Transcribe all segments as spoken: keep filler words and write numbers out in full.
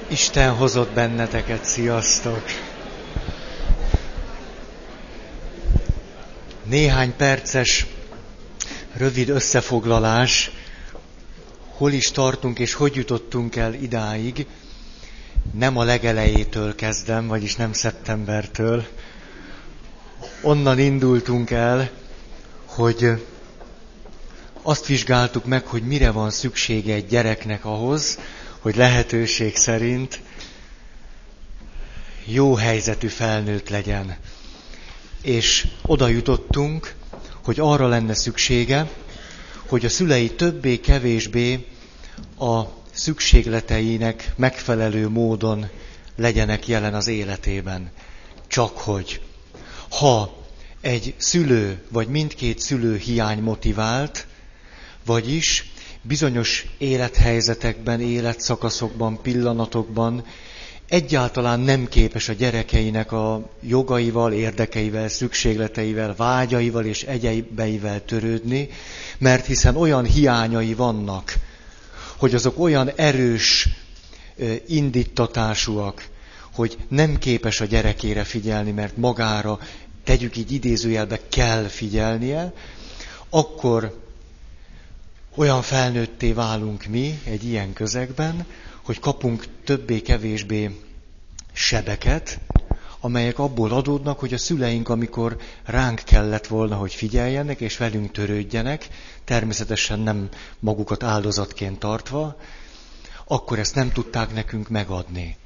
Isten hozott benneteket, sziasztok! Néhány perces, rövid összefoglalás, hol is tartunk és hogy jutottunk el idáig. Nem a legelejétől kezdem, vagyis nem szeptembertől. Onnan indultunk el, hogy azt vizsgáltuk meg, hogy mire van szüksége egy gyereknek ahhoz, hogy lehetőség szerint jó helyzetű felnőtt legyen. És oda jutottunk, hogy arra lenne szüksége, hogy a szülei többé-kevésbé a szükségleteinek megfelelő módon legyenek jelen az életében. Csak hogy, ha egy szülő vagy mindkét szülő hiány motivált, vagyis bizonyos élethelyzetekben, életszakaszokban, pillanatokban egyáltalán nem képes a gyerekeinek a jogaival, érdekeivel, szükségleteivel, vágyaival és egyebeivel törődni, mert hiszen olyan hiányai vannak, hogy azok olyan erős indítatásúak, hogy nem képes a gyerekére figyelni, mert magára, tegyük így idézőjelbe, kell figyelnie, akkor olyan felnőtté válunk mi egy ilyen közegben, hogy kapunk többé-kevésbé sebeket, amelyek abból adódnak, hogy a szüleink, amikor ránk kellett volna, hogy figyeljenek és velünk törődjenek, természetesen nem magukat áldozatként tartva, akkor ezt nem tudták nekünk megadni.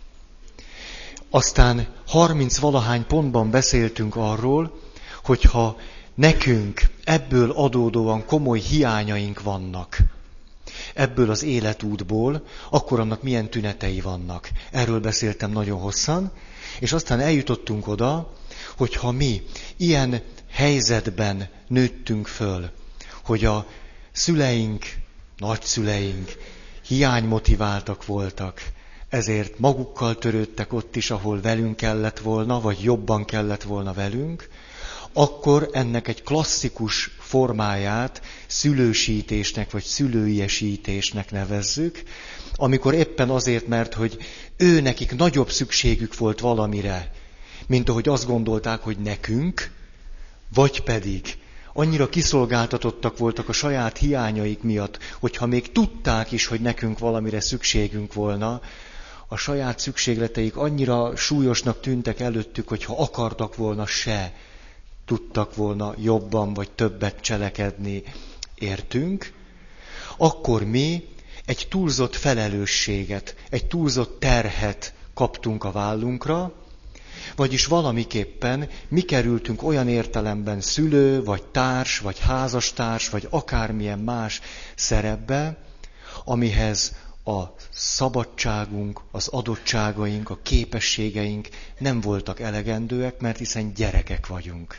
Aztán harminc-valahány pontban beszéltünk arról, hogyha nekünk ebből adódóan komoly hiányaink vannak, ebből az életútból, akkor annak milyen tünetei vannak. Erről beszéltem nagyon hosszan, és aztán eljutottunk oda, hogy ha mi ilyen helyzetben nőttünk föl, hogy a szüleink, nagyszüleink hiánymotiváltak voltak, ezért magukkal törődtek ott is, ahol velünk kellett volna, vagy jobban kellett volna velünk, akkor ennek egy klasszikus formáját szülősítésnek vagy szülőiesítésnek nevezzük, amikor éppen azért, mert hogy ő nekik nagyobb szükségük volt valamire, mint ahogy azt gondolták, hogy nekünk, vagy pedig annyira kiszolgáltatottak voltak a saját hiányaik miatt, hogyha még tudták is, hogy nekünk valamire szükségünk volna, a saját szükségleteik annyira súlyosnak tűntek előttük, hogy ha akartak volna se, tudtak volna jobban vagy többet cselekedni értünk, akkor mi egy túlzott felelősséget, egy túlzott terhet kaptunk a vállunkra, vagyis valamiképpen mi kerültünk olyan értelemben szülő, vagy társ, vagy házastárs, vagy akármilyen más szerepbe, amihez a szabadságunk, az adottságaink, a képességeink nem voltak elegendőek, mert hiszen gyerekek vagyunk.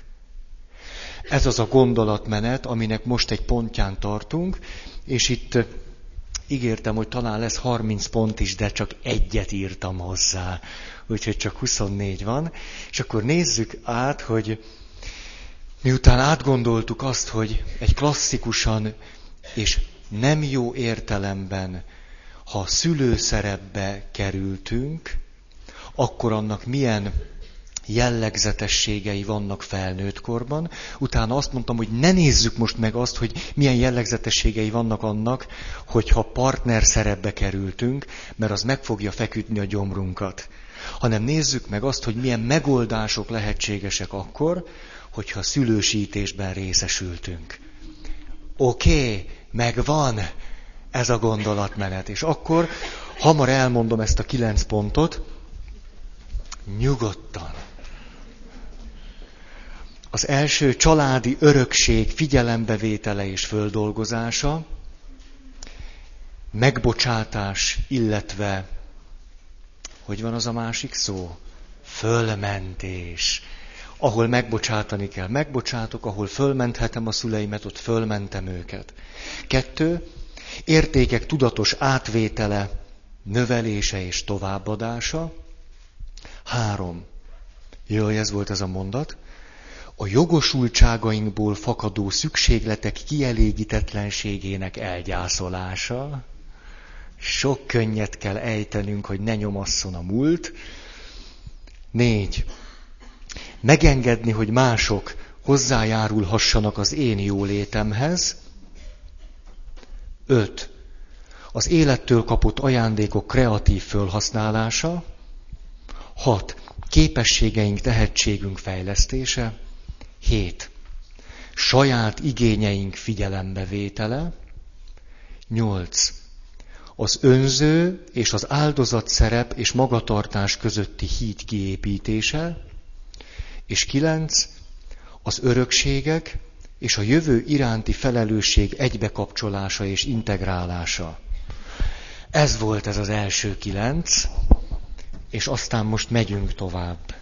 Ez az a gondolatmenet, aminek most egy pontján tartunk, és itt ígértem, hogy talán lesz harminc pont is, de csak egyet írtam hozzá, úgyhogy csak huszonnégy van. És akkor nézzük át, hogy miután átgondoltuk azt, hogy egy klasszikusan és nem jó értelemben, ha szülőszerepbe kerültünk, akkor annak milyen jellegzetességei vannak felnőtt korban. Utána azt mondtam, hogy ne nézzük most meg azt, hogy milyen jellegzetességei vannak annak, hogyha partner szerepbe kerültünk, mert az meg fogja feküdni a gyomrunkat. Hanem nézzük meg azt, hogy milyen megoldások lehetségesek akkor, hogyha szülősítésben részesültünk. Oké, okay, megvan ez a gondolatmenet. És akkor hamar elmondom ezt a kilenc pontot, nyugodtan. Az első családi örökség figyelembevétele és földolgozása, megbocsátás, illetve, hogy van az a másik szó? Fölmentés. Ahol megbocsátani kell, megbocsátok, ahol fölmenthetem a szüleimet, ott fölmentem őket. Kettő, értékek tudatos átvétele, növelése és továbbadása. Három, jaj, ez volt ez a mondat, a jogosultságainkból fakadó szükségletek kielégítetlenségének elgyászolása. Sok könnyet kell ejtenünk, hogy ne nyomasszon a múlt. Négy. Megengedni, hogy mások hozzájárulhassanak az én jólétemhez. Öt. Az élettől kapott ajándékok kreatív fölhasználása. Hat. Képességeink, tehetségünk fejlesztése. Hét. Saját igényeink figyelembevétele. Nyolc. Az önző és az áldozat szerep és magatartás közötti híd kiépítése. És kilenc. Az örökségek és a jövő iránti felelősség egybekapcsolása és integrálása. Ez volt ez az első kilenc, és aztán most megyünk tovább.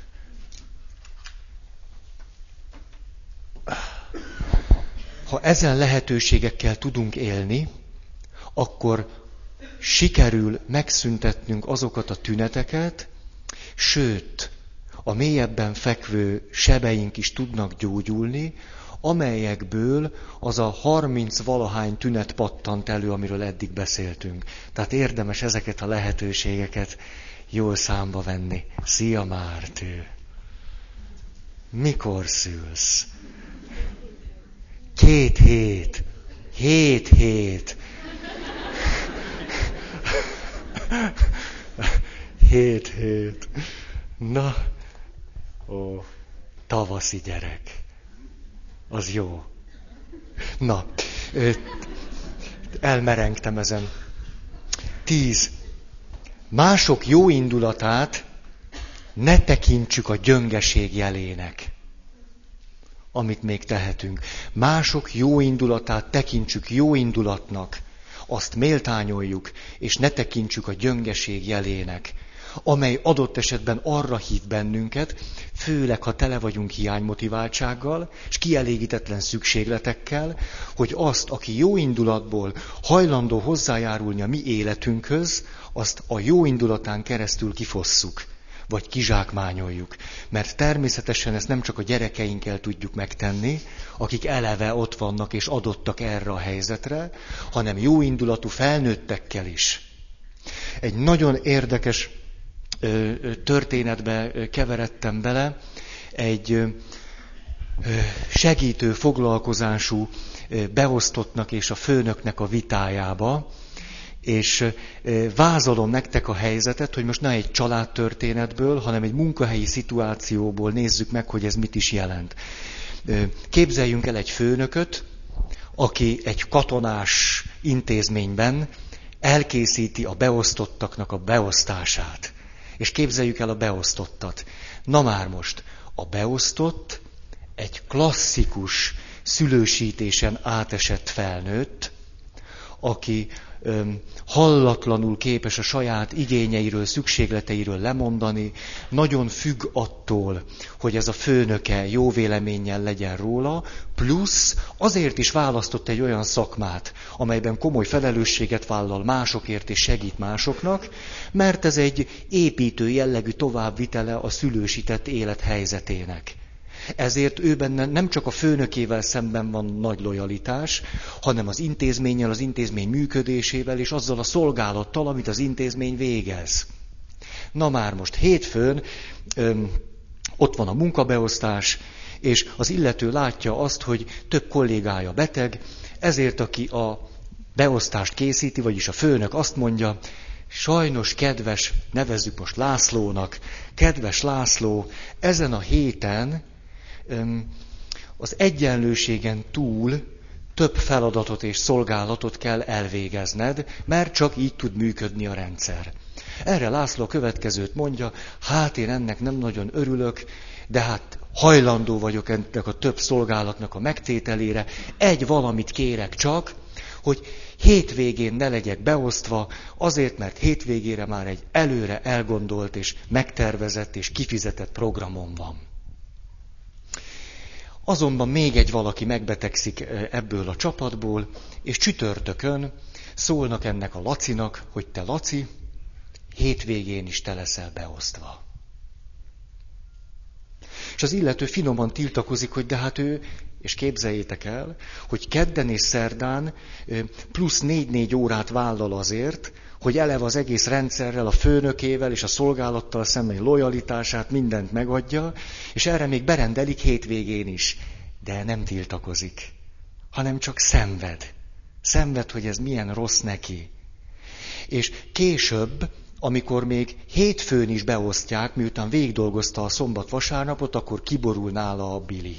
Ha ezen lehetőségekkel tudunk élni, akkor sikerül megszüntetnünk azokat a tüneteket, sőt, a mélyebben fekvő sebeink is tudnak gyógyulni, amelyekből az a harminc valahány tünet pattant elő, amiről eddig beszéltünk. Tehát érdemes ezeket a lehetőségeket jól számba venni. Szia, Mártő! Mikor szülsz? Két hét. Hét hét. Hét hét. Na, ó, tavaszi gyerek. Az jó. Na, elmerengtem ezen. Tíz. Mások jó indulatát ne tekintsük a gyöngeség jelének, amit még tehetünk. Mások jó indulatát tekintsük jó indulatnak, azt méltányoljuk, és ne tekintsük a gyöngeség jelének, amely adott esetben arra hív bennünket, főleg ha tele vagyunk hiánymotiváltsággal, és kielégítetlen szükségletekkel, hogy azt, aki jó indulatból hajlandó hozzájárulni a mi életünkhöz, azt a jó indulatán keresztül kifosszuk, vagy kizsákmányoljuk. Mert természetesen ezt nem csak a gyerekeinkkel tudjuk megtenni, akik eleve ott vannak és adottak erre a helyzetre, hanem jó indulatú felnőttekkel is. Egy nagyon érdekes történetbe keveredtem bele, egy segítő foglalkozású beosztottnak és a főnöknek a vitájába, és vázolom nektek a helyzetet, hogy most ne egy családtörténetből, hanem egy munkahelyi szituációból nézzük meg, hogy ez mit is jelent. Képzeljünk el egy főnököt, aki egy katonás intézményben elkészíti a beosztottaknak a beosztását. És képzeljük el a beosztottat. Na már most, a beosztott egy klasszikus szülősítésen átesett felnőtt, aki öm, hallatlanul képes a saját igényeiről, szükségleteiről lemondani, nagyon függ attól, hogy ez a főnöke jó véleménnyel legyen róla, plusz azért is választott egy olyan szakmát, amelyben komoly felelősséget vállal másokért és segít másoknak, mert ez egy építő jellegű továbbvitele a szülősített élet helyzetének. Ezért ő benne nem csak a főnökével szemben van nagy lojalitás, hanem az intézménnyel, az intézmény működésével és azzal a szolgálattal, amit az intézmény végez. Na már most hétfőn öm, ott van a munkabeosztás, és az illető látja azt, hogy több kollégája beteg, ezért aki a beosztást készíti, vagyis a főnök azt mondja, sajnos kedves, nevezzük most Lászlónak, kedves László, ezen a héten az egyenlőségen túl több feladatot és szolgálatot kell elvégezned, mert csak így tud működni a rendszer. Erre László a következőt mondja, hát én ennek nem nagyon örülök, de hát hajlandó vagyok ennek a több szolgálatnak a megtételére, egy valamit kérek csak, hogy hétvégén ne legyek beosztva, azért, mert hétvégére már egy előre elgondolt és megtervezett és kifizetett programom van. Azonban még egy valaki megbetegszik ebből a csapatból, és csütörtökön szólnak ennek a Lacinak, hogy te Laci, hétvégén is te leszel beosztva. És az illető finoman tiltakozik, hogy de hát ő és képzeljétek el, hogy kedden és szerdán plusz négy-négy órát vállal azért, hogy eleve az egész rendszerrel, a főnökével és a szolgálattal szemben lojalitását, mindent megadja, és erre még berendelik hétvégén is. De nem tiltakozik, hanem csak szenved. Szenved, hogy ez milyen rossz neki. És később, amikor még hétfőn is beosztják, miután végigdolgozta a szombat-vasárnapot, akkor kiborul nála a bili.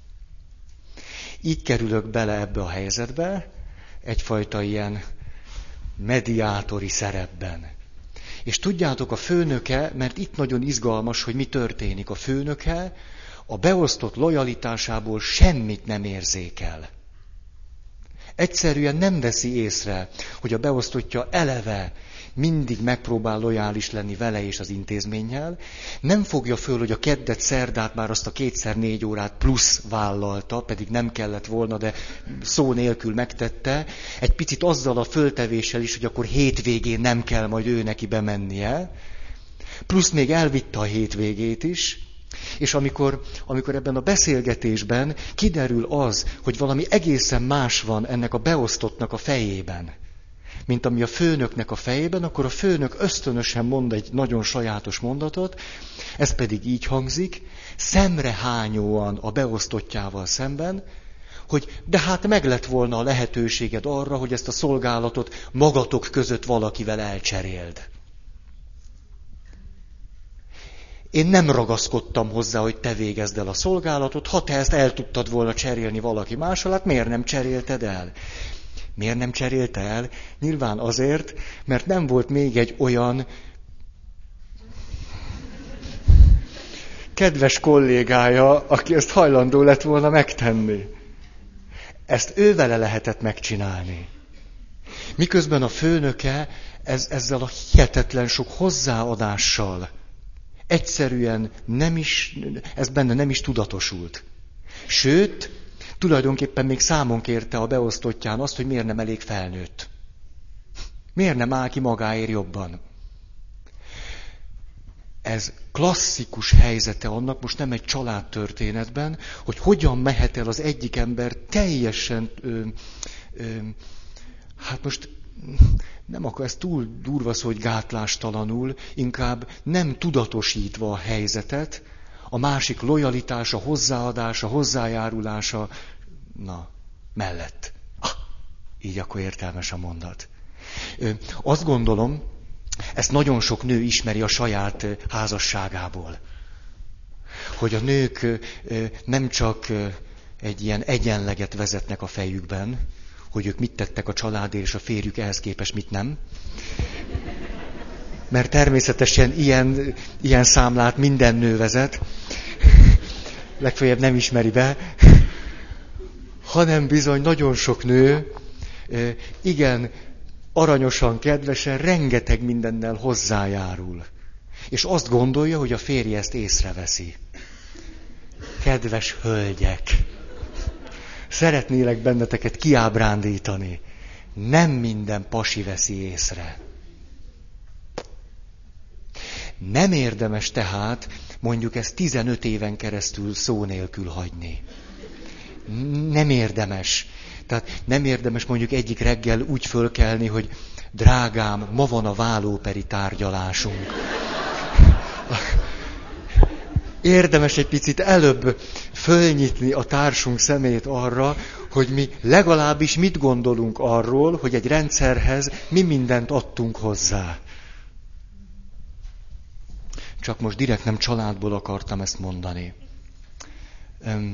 Így kerülök bele ebbe a helyzetbe, egyfajta ilyen mediátori szerepben. És tudjátok, a főnöke, mert itt nagyon izgalmas, hogy mi történik. A főnöke a beosztott lojalitásából semmit nem érzékel. Egyszerűen nem veszi észre, hogy a beosztottja eleve mindig megpróbál lojális lenni vele és az intézménnyel. Nem fogja föl, hogy a keddet, szerdát már azt a kétszer négy órát plusz vállalta, pedig nem kellett volna, de szó nélkül megtette. Egy picit azzal a föltevéssel is, hogy akkor hétvégén nem kell majd ő neki bemennie. Plusz még elvitte a hétvégét is. És amikor, amikor ebben a beszélgetésben kiderül az, hogy valami egészen más van ennek a beosztottnak a fejében, mint ami a főnöknek a fejében, akkor a főnök ösztönösen mond egy nagyon sajátos mondatot, ez pedig így hangzik, szemrehányóan a beosztottjával szemben, hogy de hát meg lett volna a lehetőséged arra, hogy ezt a szolgálatot magatok között valakivel elcseréld. Én nem ragaszkodtam hozzá, hogy te végezd el a szolgálatot, ha te ezt el tudtad volna cserélni valaki mással, hát miért nem cserélted el? Miért nem cserélte el? Nyilván azért, mert nem volt még egy olyan kedves kollégája, aki ezt hajlandó lett volna megtenni. Ezt ővele lehetett megcsinálni. Miközben a főnöke ez, ezzel a hihetetlen sok hozzáadással egyszerűen nem is, ez benne nem is tudatosult. Sőt, tulajdonképpen még számon kérte a beosztottján azt, hogy miért nem elég felnőtt. Miért nem áll ki magáért jobban. Ez klasszikus helyzete annak, most nem egy családtörténetben, hogy hogyan mehet el az egyik ember teljesen, ö, ö, hát most nem akar, ez túl durva szó, hogy gátlástalanul, inkább nem tudatosítva a helyzetet, a másik lojalitása, hozzáadása, hozzájárulása, na, mellett. Ah, így akkor értelmes a mondat. Ö, azt gondolom, ezt nagyon sok nő ismeri a saját házasságából. Hogy a nők nem csak egy ilyen egyenleget vezetnek a fejükben, hogy ők mit tettek a családért, és a férjük ehhez képest mit nem. Mert természetesen ilyen, ilyen számlát minden nő vezet, legfeljebb nem ismeri be, hanem bizony nagyon sok nő, igen, aranyosan, kedvesen, rengeteg mindennel hozzájárul. És azt gondolja, hogy a férje ezt észreveszi. Kedves hölgyek! Szeretnélek benneteket kiábrándítani. Nem minden pasi veszi észre. Nem érdemes tehát mondjuk ezt tizenöt éven keresztül szó nélkül hagyni. Nem érdemes. Tehát nem érdemes mondjuk egyik reggel úgy fölkelni, hogy drágám, ma van a vállóperi tárgyalásunk. Érdemes egy picit előbb fölnyitni a társunk szemét arra, hogy mi legalábbis mit gondolunk arról, hogy egy rendszerhez mi mindent adtunk hozzá. Csak most direkt nem családból akartam ezt mondani. Öm,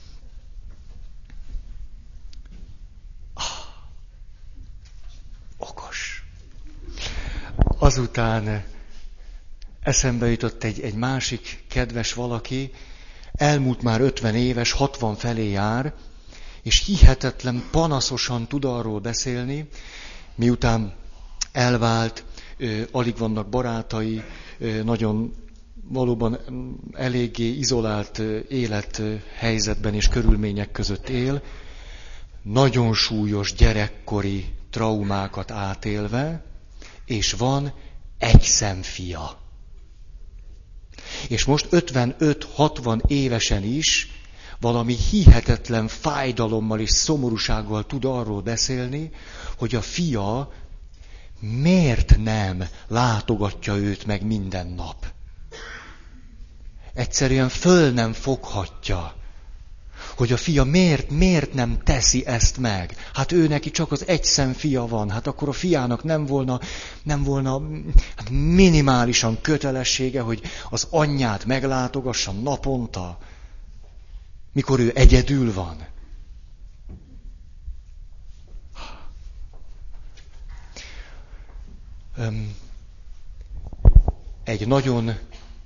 okos. Azután eszembe jutott egy, egy másik kedves valaki, elmúlt már ötven éves, hatvan felé jár, és hihetetlen panaszosan tud arról beszélni, miután elvált, alig vannak barátai, nagyon valóban eléggé izolált élethelyzetben és körülmények között él, nagyon súlyos gyerekkori traumákat átélve, és van egy szemfia. És most ötvenöt-hatvan évesen is valami hihetetlen fájdalommal és szomorúsággal tud arról beszélni, hogy a fia miért nem látogatja őt meg minden nap. Egyszerűen föl nem foghatja, hogy a fia miért, miért nem teszi ezt meg. Hát ő neki csak az egy szem fia van, hát akkor a fiának nem volna, nem volna hát minimálisan kötelessége, hogy az anyját meglátogassa naponta, mikor ő egyedül van. Egy nagyon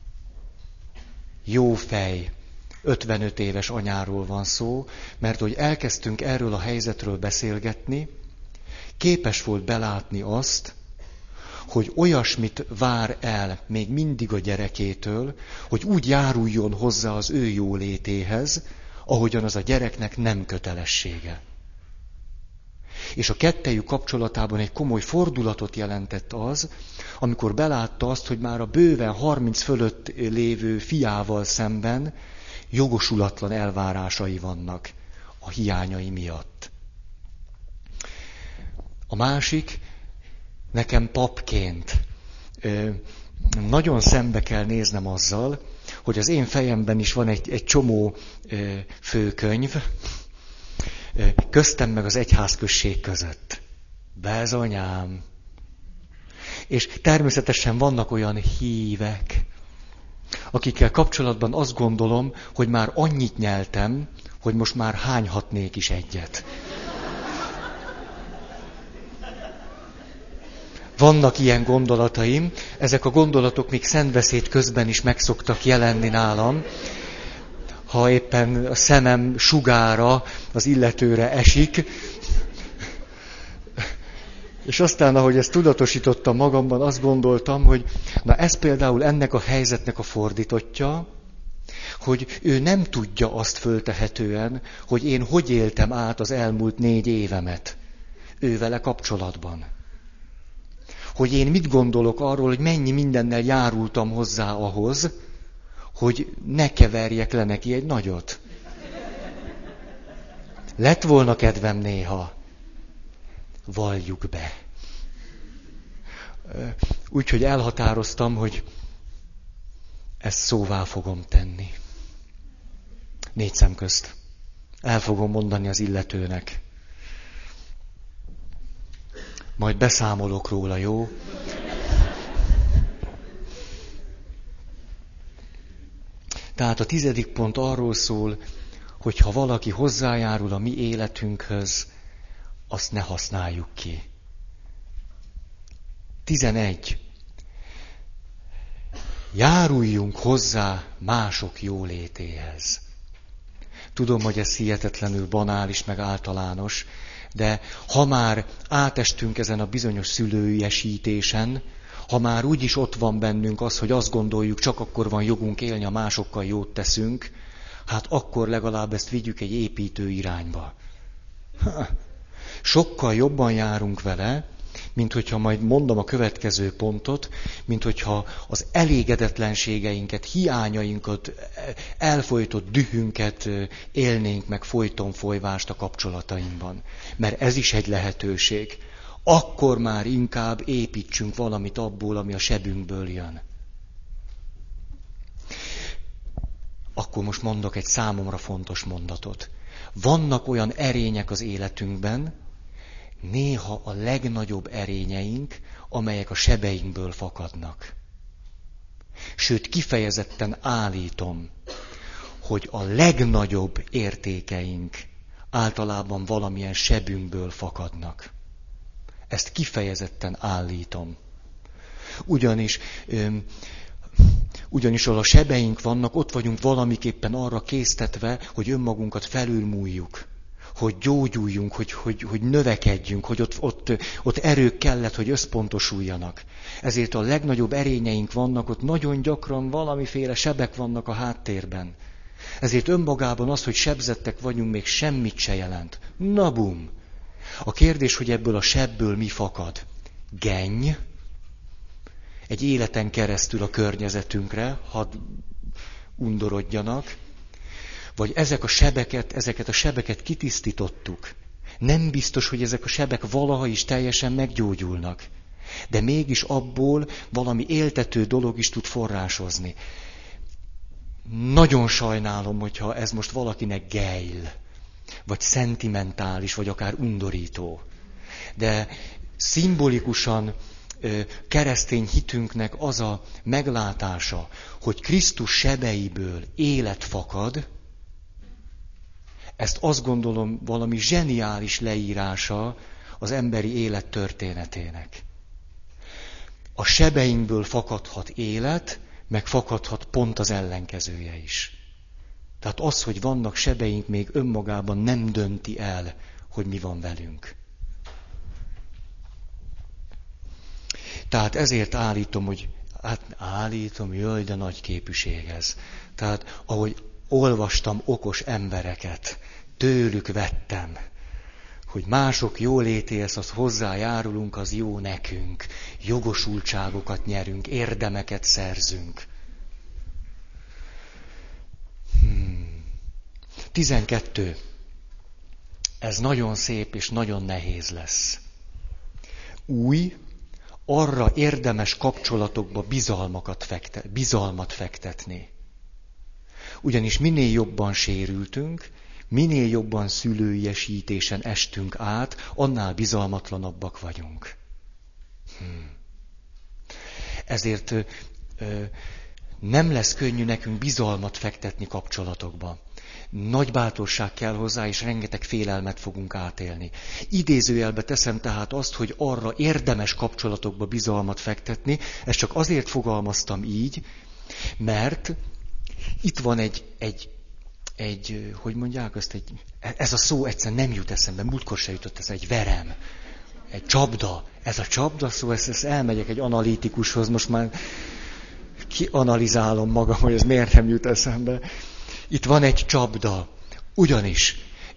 jó fej, ötvenöt éves anyáról van szó, mert hogy elkezdtünk erről a helyzetről beszélgetni, képes volt belátni azt, hogy olyasmit vár el még mindig a gyerekétől, hogy úgy járuljon hozzá az ő jólétéhez, ahogyan az a gyereknek nem kötelessége. És a kettejük kapcsolatában egy komoly fordulatot jelentett az, amikor belátta azt, hogy már a bőven harminc fölött lévő fiával szemben jogosulatlan elvárásai vannak a hiányai miatt. A másik, nekem papként nagyon szembe kell néznem azzal, hogy az én fejemben is van egy, egy csomó főkönyv, köztem meg az egyházközség között. Bezonyám. És természetesen vannak olyan hívek, akikkel kapcsolatban azt gondolom, hogy már annyit nyeltem, hogy most már hányhatnék is egyet. Vannak ilyen gondolataim, ezek a gondolatok még szentbeszéd közben is meg szoktak jelenni nálam, ha éppen a szemem sugára az illetőre esik. És aztán, ahogy ezt tudatosítottam magamban, azt gondoltam, hogy na ez például ennek a helyzetnek a fordítottja, hogy ő nem tudja azt föltehetően, hogy én hogy éltem át az elmúlt négy évemet ővele kapcsolatban. Hogy én mit gondolok arról, hogy mennyi mindennel járultam hozzá ahhoz, hogy ne keverjek le neki egy nagyot. Lett volna kedvem néha. Valljuk be. Úgyhogy elhatároztam, hogy ezt szóvá fogom tenni. Négy szem közt. El fogom mondani az illetőnek. Majd beszámolok róla, jó? Tehát a tizedik pont arról szól, hogy ha valaki hozzájárul a mi életünkhöz, azt ne használjuk ki. tizenegy. Járuljunk hozzá mások jólétéhez. Tudom, hogy ez hihetetlenül banális, meg általános, de ha már átestünk ezen a bizonyos szülőiesítésen, ha már úgyis ott van bennünk az, hogy azt gondoljuk, csak akkor van jogunk élni, a másokkal jót teszünk, hát akkor legalább ezt vigyük egy építő irányba. Ha, sokkal jobban járunk vele, mint hogyha majd mondom a következő pontot, mint hogyha az elégedetlenségeinket, hiányainkat, elfolytott dühünket élnénk meg folyton folyvást a kapcsolatainkban. Mert ez is egy lehetőség. Akkor már inkább építsünk valamit abból, ami a sebünkből jön. Akkor most mondok egy számomra fontos mondatot. Vannak olyan erények az életünkben, néha a legnagyobb erényeink, amelyek a sebeinkből fakadnak. Sőt, kifejezetten állítom, hogy a legnagyobb értékeink általában valamilyen sebünkből fakadnak. Ezt kifejezetten állítom. Ugyanis, öm, ugyanis ahol a sebeink vannak, ott vagyunk valamiképpen arra késztetve, hogy önmagunkat felülmúljuk, hogy gyógyuljunk, hogy, hogy, hogy növekedjünk, hogy ott, ott, ott erők kellett, hogy összpontosuljanak. Ezért a legnagyobb erényeink vannak, ott nagyon gyakran valamiféle sebek vannak a háttérben. Ezért önmagában az, hogy sebzettek vagyunk, még semmit se jelent. Na bum! A kérdés, hogy ebből a sebből mi fakad? Genny, egy életen keresztül a környezetünkre, hadd undorodjanak, Vagy ezek a sebeket, ezeket a sebeket kitisztítottuk. Nem biztos, hogy ezek a sebek valaha is teljesen meggyógyulnak. De mégis abból valami éltető dolog is tud forrásozni. Nagyon sajnálom, hogyha ez most valakinek gejl, vagy szentimentális, vagy akár undorító. De szimbolikusan keresztény hitünknek az a meglátása, hogy Krisztus sebeiből élet fakad, ezt azt gondolom valami zseniális leírása az emberi élet történetének. A sebeinkből fakadhat élet, meg fakadhat pont az ellenkezője is. Tehát az, hogy vannak sebeink, még önmagában nem dönti el, hogy mi van velünk. Tehát ezért állítom, hogy hát állítom, jaj, de nagy képűség ez. Tehát ahogy olvastam okos embereket, tőlük vettem, hogy mások jólétéhez az hozzájárulunk, az jó nekünk. Jogosultságokat nyerünk, érdemeket szerzünk. Hmm. tizenkettő. Ez nagyon szép és nagyon nehéz lesz. Új, arra érdemes kapcsolatokba bizalmakat fektet, bizalmat fektetni. Ugyanis minél jobban sérültünk, minél jobban szülőiesítésen estünk át, annál bizalmatlanabbak vagyunk. Hmm. Ezért ö, nem lesz könnyű nekünk bizalmat fektetni kapcsolatokba. Nagy bátorság kell hozzá, és rengeteg félelmet fogunk átélni. Idézőjelbe teszem tehát azt, hogy arra érdemes kapcsolatokba bizalmat fektetni, ezt csak azért fogalmaztam így, mert itt van egy, egy, egy hogy mondják azt, egy, ez a szó egyszerűen nem jut eszembe, múltkor se jutott ez, egy verem, egy csapda. Ez a csapda szó, ezt, ezt elmegyek egy analitikushoz, most már kianalizálom magam, hogy ez miért nem jut eszembe. Itt van egy csapda. Ugyanis,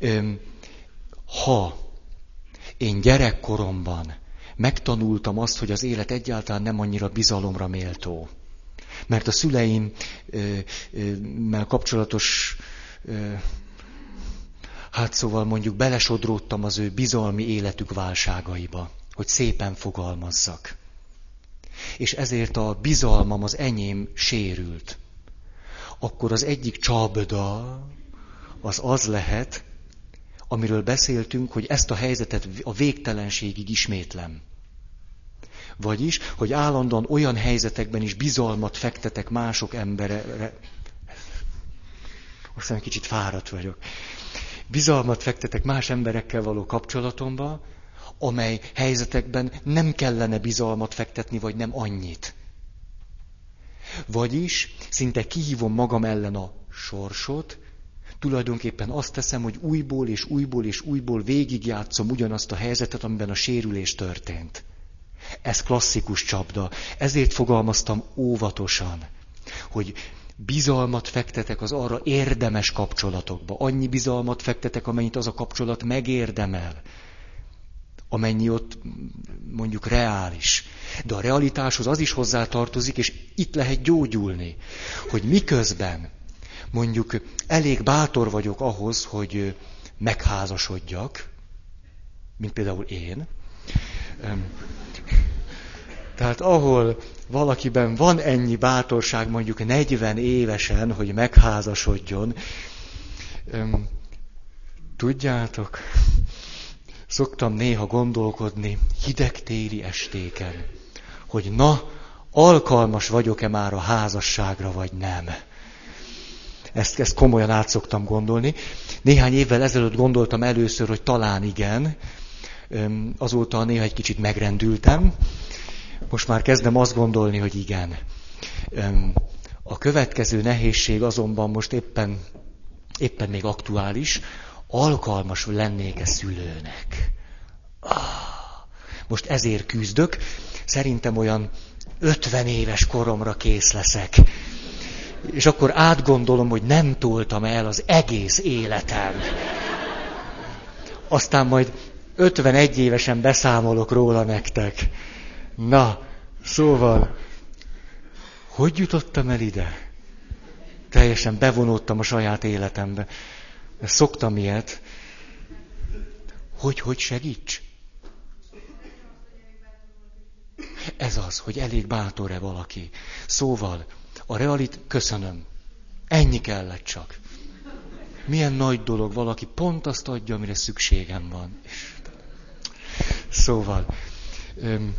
ha én gyerekkoromban megtanultam azt, hogy az élet egyáltalán nem annyira bizalomra méltó, mert a szüleimmel kapcsolatos, hát szóval mondjuk belesodródtam az ő bizalmi életük válságaiba, hogy szépen fogalmazzak. És ezért a bizalmam, az enyém sérült. Akkor az egyik csapda az az lehet, amiről beszéltünk, hogy ezt a helyzetet a végtelenségig ismétlem. Vagyis, hogy állandóan olyan helyzetekben is bizalmat fektetek mások emberre. Most egy kicsit fáradt vagyok. Bizalmat fektetek más emberekkel való kapcsolatomba, amely helyzetekben nem kellene bizalmat fektetni, vagy nem annyit. Vagyis szinte kihívom magam ellen a sorsot, tulajdonképpen azt teszem, hogy újból és újból és újból végigjátszom ugyanazt a helyzetet, amiben a sérülés történt. Ez klasszikus csapda. Ezért fogalmaztam óvatosan, hogy bizalmat fektetek az arra érdemes kapcsolatokba. Annyi bizalmat fektetek, amennyit az a kapcsolat megérdemel. Amennyi ott mondjuk reális. De a realitáshoz az is hozzátartozik, és itt lehet gyógyulni, hogy miközben mondjuk elég bátor vagyok ahhoz, hogy megházasodjak, mint például én. Tehát ahol valakiben van ennyi bátorság mondjuk negyven évesen, hogy megházasodjon, tudjátok, szoktam néha gondolkodni hideg téli estéken, hogy na, alkalmas vagyok-e már a házasságra, vagy nem. Ezt, ezt komolyan át szoktam gondolni. Néhány évvel ezelőtt gondoltam először, hogy talán igen. Azóta néha egy kicsit megrendültem. Most már kezdem azt gondolni, hogy igen. A következő nehézség azonban most éppen, éppen még aktuális. Alkalmas lennék-e szülőnek? Most ezért küzdök. Szerintem olyan ötven éves koromra kész leszek. És akkor átgondolom, hogy nem toltam el az egész életem. Aztán majd ötvenegy évesen beszámolok róla nektek. Na, szóval, hogy jutottam el ide? Teljesen bevonódtam a saját életembe. Szoktam ilyet. Hogy, hogy segíts? Ez az, hogy elég bátor-e valaki. Szóval, a realit, köszönöm. Ennyi kellett csak. Milyen nagy dolog, valaki pont azt adja, amire szükségem van. Szóval, öm,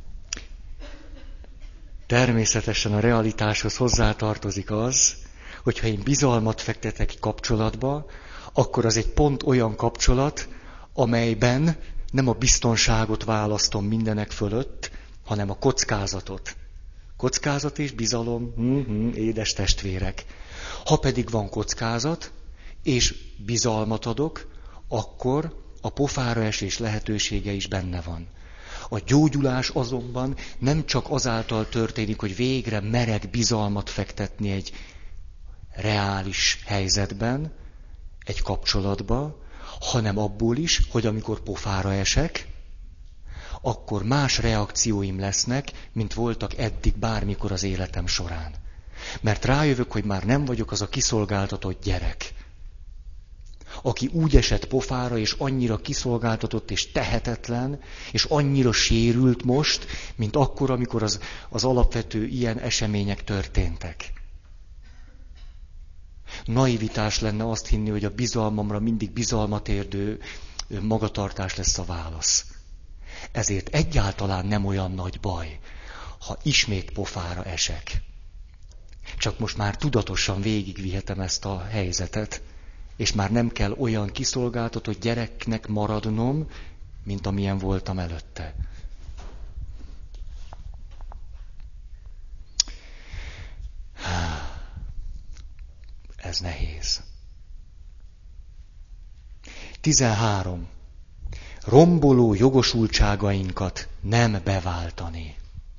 természetesen a realitáshoz hozzátartozik az, hogyha én bizalmat fektetek kapcsolatba, akkor az egy pont olyan kapcsolat, amelyben nem a biztonságot választom mindenek fölött, hanem a kockázatot. Kockázat és bizalom, hm-hm, édes testvérek. Ha pedig van kockázat, és bizalmat adok, akkor a pofára esés lehetősége is benne van. A gyógyulás azonban nem csak azáltal történik, hogy végre merek bizalmat fektetni egy reális helyzetben, egy kapcsolatba, hanem abból is, hogy amikor pofára esek, akkor más reakcióim lesznek, mint voltak eddig bármikor az életem során. Mert rájövök, hogy már nem vagyok az a kiszolgáltatott gyerek, aki úgy esett pofára, és annyira kiszolgáltatott, és tehetetlen, és annyira sérült most, mint akkor, amikor az, az alapvető ilyen események történtek. Naivitás lenne azt hinni, hogy a bizalmamra mindig bizalmat érdő magatartás lesz a válasz. Ezért egyáltalán nem olyan nagy baj, ha ismét pofára esek. Csak most már tudatosan végigvihetem ezt a helyzetet, és már nem kell olyan kiszolgáltatott gyereknek maradnom, mint amilyen voltam előtte. Ez nehéz. tizenhárom. Romboló jogosultságainkat nem beváltani.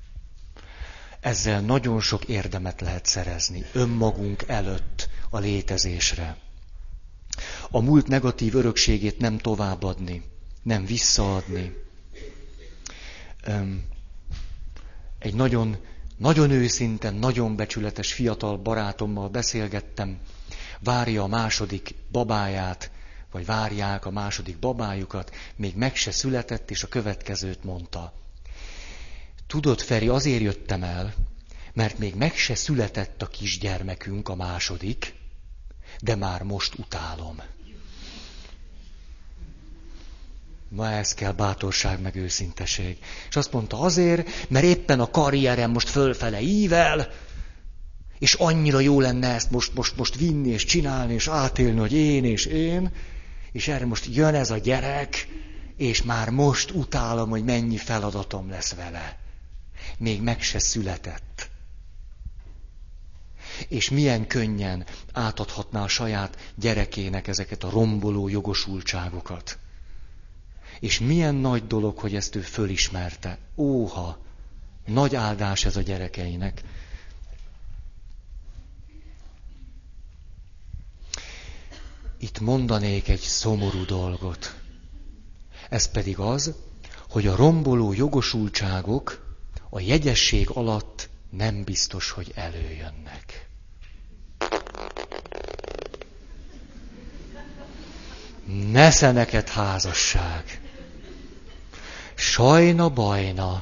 Ezzel nagyon sok érdemet lehet szerezni önmagunk előtt a létezésre. A múlt negatív örökségét nem továbbadni, nem visszaadni. Egy nagyon, nagyon őszinten, nagyon becsületes fiatal barátommal beszélgettem, várja a második babáját, vagy várják a második babájukat, még meg se született, és a következőt mondta. Tudod, Feri, azért jöttem el, mert még meg se született a kisgyermekünk, a második, de már most utálom. Ma ez kell bátorság meg őszinteség. És azt mondta, azért, mert éppen a karrierem most fölfele ível, és annyira jó lenne ezt most, most, most vinni, és csinálni, és átélni, hogy én és én, és erre most jön ez a gyerek, és már most utálom, hogy mennyi feladatom lesz vele. Még meg se született. És milyen könnyen átadhatná a saját gyerekének ezeket a romboló jogosultságokat. És milyen nagy dolog, hogy ezt ő fölismerte. Óha, nagy áldás ez a gyerekeinek. Itt mondanék egy szomorú dolgot. Ez pedig az, hogy a romboló jogosultságok a jegyesség alatt nem biztos, hogy előjönnek. Nesze neked házasság! Sajna bajna!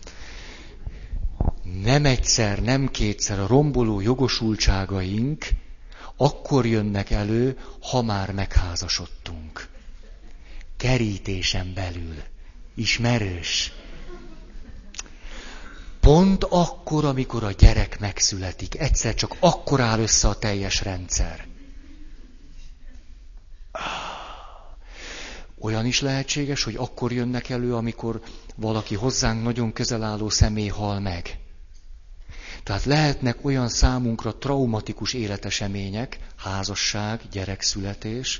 Nem egyszer, nem kétszer a romboló jogosultságaink akkor jönnek elő, ha már megházasodtunk. Kerítésen belül. Ismerős? Pont akkor, amikor a gyerek megszületik, egyszer csak akkor áll össze a teljes rendszer. Olyan is lehetséges, hogy akkor jönnek elő, amikor valaki hozzánk nagyon közel álló személy hal meg. Tehát lehetnek olyan számunkra traumatikus életesemények, házasság, gyerekszületés.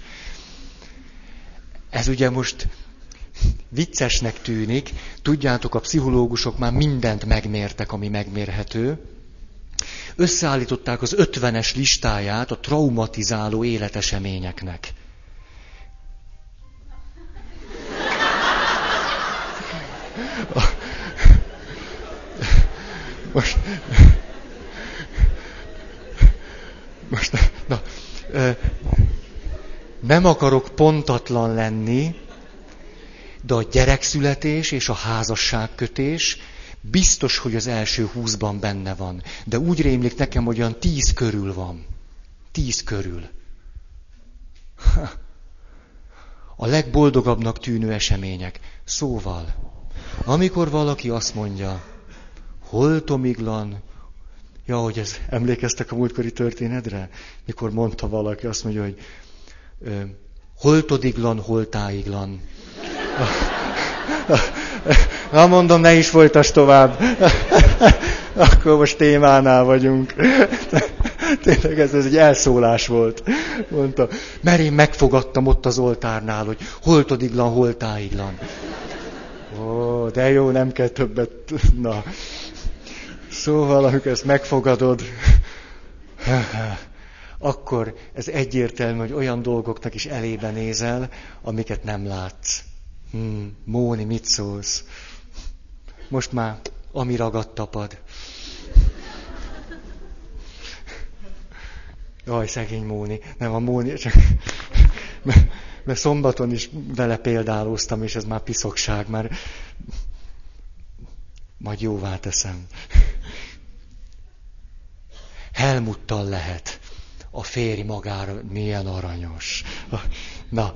Ez ugye most viccesnek tűnik, tudjátok, a pszichológusok már mindent megmértek, ami megmérhető. Összeállították az ötvenes listáját a traumatizáló életeseményeknek. Most Most, na, nem akarok pontatlan lenni, de a gyerekszületés és a házasságkötés biztos, hogy az első húszban benne van. De úgy rémlik nekem, hogy olyan tíz körül van. Tíz körül. A legboldogabbnak tűnő események. Szóval, amikor valaki azt mondja, holtomiglan, ja, hogy ez, emlékeztek a múltkori történetre? Mikor mondta valaki, azt mondja, hogy holtodiglan, holtáiglan. Na mondom, ne is folytasd tovább. Akkor most témánál vagyunk. Tényleg ez, ez egy elszólás volt. Mondta, mert én megfogadtam ott az oltárnál, hogy holtodiglan, holtáiglan. Ó, de jó, nem kell többet. Na. Szóval, amikor ezt megfogadod, akkor ez egyértelmű, hogy olyan dolgoknak is elébe nézel, amiket nem látsz. Hmm, Móni, mit szólsz? Most már ami ragadt tapad. Jaj, szegény Móni. Nem, a Móni, csak... Mert szombaton is vele példálóztam, és ez már piszokság, mert majd jóvá teszem. Helmuttal lehet. A férj magára milyen aranyos. Na.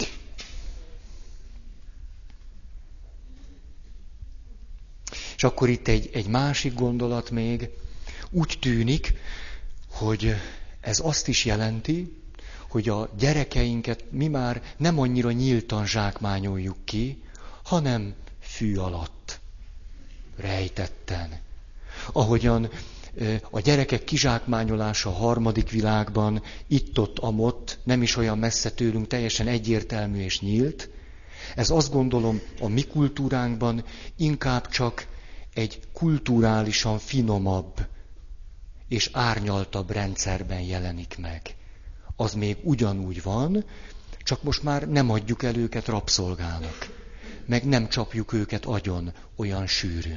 És akkor itt egy, egy másik gondolat még. Úgy tűnik, hogy ez azt is jelenti, hogy a gyerekeinket mi már nem annyira nyíltan zsákmányoljuk ki, hanem fű alatt, rejtetten. Ahogyan a gyerekek kizsákmányolása a harmadik világban, itt-ott, amott, nem is olyan messze tőlünk, teljesen egyértelmű és nyílt. Ez azt gondolom a mi kultúránkban inkább csak egy kulturálisan finomabb és árnyaltabb rendszerben jelenik meg. Az még ugyanúgy van, csak most már nem adjuk el őket rabszolgának. Meg nem csapjuk őket agyon olyan sűrűn.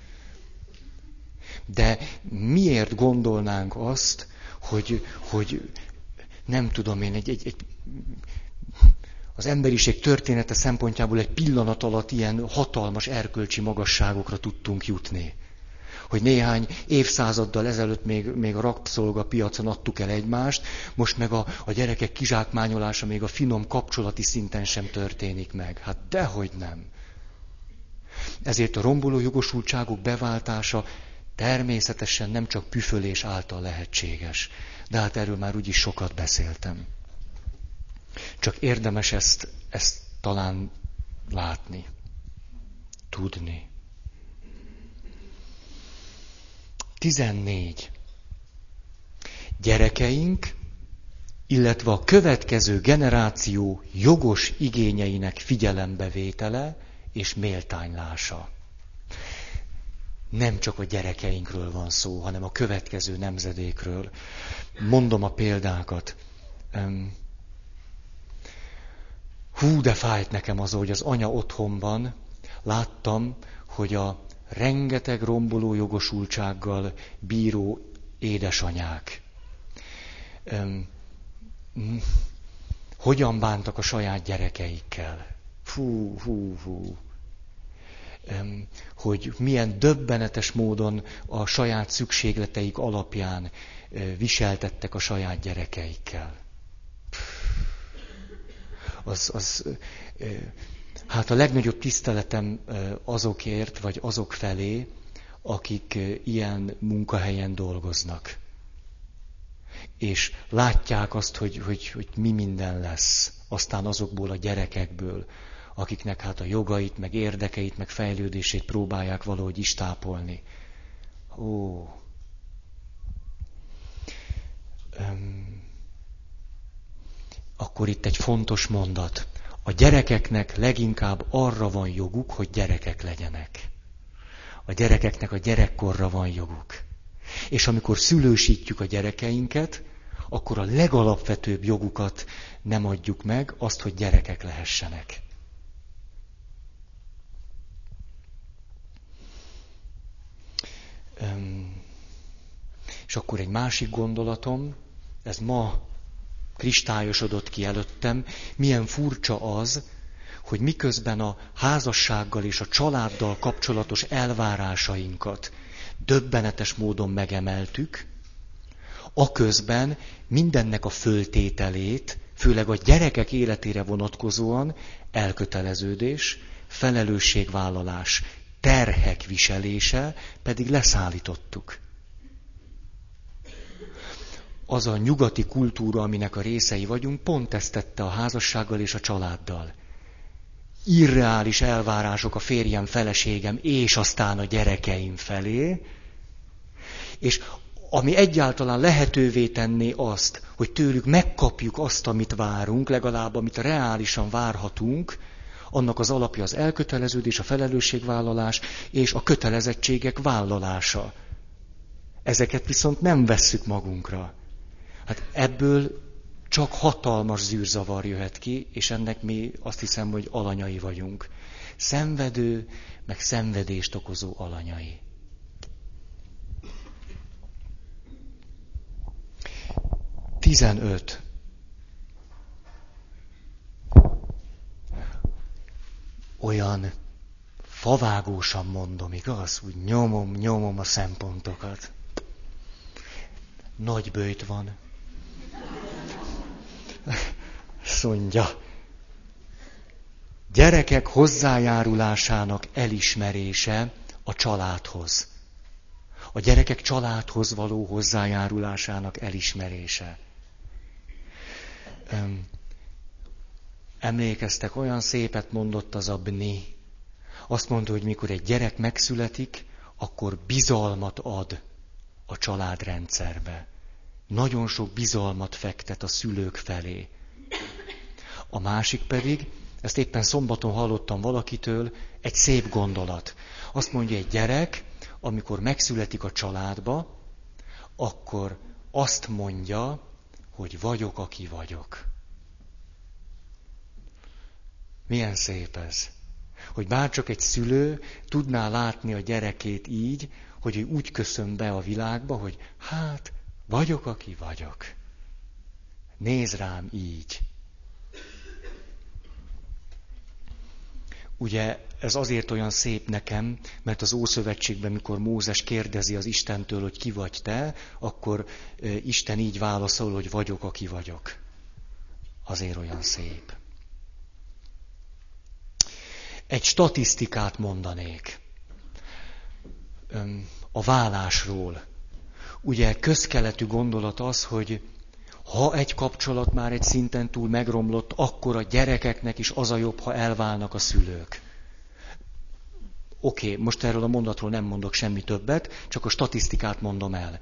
De miért gondolnánk azt, hogy, hogy nem tudom én, egy, egy, egy, az emberiség története szempontjából egy pillanat alatt ilyen hatalmas erkölcsi magasságokra tudtunk jutni. Hogy néhány évszázaddal ezelőtt még, még a rabszolgapiacon adtuk el egymást, most meg a, a gyerekek kizsákmányolása még a finom kapcsolati szinten sem történik meg. Hát dehogy nem. Ezért a romboló jogosultságok beváltása természetesen nem csak püfölés által lehetséges. De hát erről már úgyis sokat beszéltem. Csak érdemes ezt, ezt talán látni, tudni. tizennégy. Gyerekeink, illetve a következő generáció jogos igényeinek figyelembevétele és méltánylása. Nem csak a gyerekeinkről van szó, hanem a következő nemzedékről. Mondom a példákat. Hú, de fájt nekem az, hogy az anya otthonban láttam, hogy a rengeteg romboló jogosultsággal bíró édesanyák öm, hogyan bántak a saját gyerekeikkel. Fú, hú, hú. Öm, hogy milyen döbbenetes módon a saját szükségleteik alapján ö, viseltettek a saját gyerekeikkel. Az, az, ö, hát a legnagyobb tiszteletem azokért, vagy azok felé, akik ilyen munkahelyen dolgoznak. És látják azt, hogy, hogy, hogy mi minden lesz, aztán azokból a gyerekekből, akiknek hát a jogait, meg érdekeit, meg fejlődését próbálják valahogy is tápolni. Ó. Öm. Akkor itt egy fontos mondat. A gyerekeknek leginkább arra van joguk, hogy gyerekek legyenek. A gyerekeknek a gyerekkorra van joguk. És amikor szülősítjük a gyerekeinket, akkor a legalapvetőbb jogukat nem adjuk meg, azt, hogy gyerekek lehessenek. Öm, és akkor egy másik gondolatom, ez ma kristályosodott ki előttem, milyen furcsa az, hogy miközben a házassággal és a családdal kapcsolatos elvárásainkat döbbenetes módon megemeltük, aközben mindennek a föltételét, főleg a gyerekek életére vonatkozóan elköteleződés, felelősségvállalás, terhek viselése pedig leszállítottuk. Az a nyugati kultúra, aminek a részei vagyunk, pont ezt tette a házassággal és a családdal. Irreális elvárások a férjem, feleségem és aztán a gyerekeim felé, és ami egyáltalán lehetővé tenné azt, hogy tőlük megkapjuk azt, amit várunk, legalább amit reálisan várhatunk, annak az alapja az elköteleződés, a felelősségvállalás és a kötelezettségek vállalása. Ezeket viszont nem vesszük magunkra. Hát ebből csak hatalmas zűrzavar jöhet ki, és ennek mi azt hiszem, hogy alanyai vagyunk. Szenvedő, meg szenvedést okozó alanyai. tizenöt. Olyan favágósan mondom, igaz? Úgy nyomom, nyomom a szempontokat. Nagy böjt van. Szondja. Gyerekek hozzájárulásának elismerése a családhoz. A gyerekek családhoz való hozzájárulásának elismerése. Öm, emlékeztek, olyan szépet mondott az Abni. Azt mondta, hogy mikor egy gyerek megszületik, akkor bizalmat ad a családrendszerbe. Nagyon sok bizalmat fektet a szülők felé. A másik pedig, ezt éppen szombaton hallottam valakitől, egy szép gondolat. Azt mondja, egy gyerek, amikor megszületik a családba, akkor azt mondja, hogy vagyok, aki vagyok. Milyen szép ez. Hogy bárcsak egy szülő tudná látni a gyerekét így, hogy ő úgy köszön be a világba, hogy hát, vagyok, aki vagyok. Nézd rám így. Ugye ez azért olyan szép nekem, mert az Ószövetségben, mikor Mózes kérdezi az Istentől, hogy ki vagy te, akkor Isten így válaszol, hogy vagyok, aki vagyok. Azért olyan szép. Egy statisztikát mondanék a válásról. Ugye közkeletű gondolat az, hogy ha egy kapcsolat már egy szinten túl megromlott, akkor a gyerekeknek is az a jobb, ha elválnak a szülők. Oké, okay, most erről a mondatról nem mondok semmi többet, csak a statisztikát mondom el.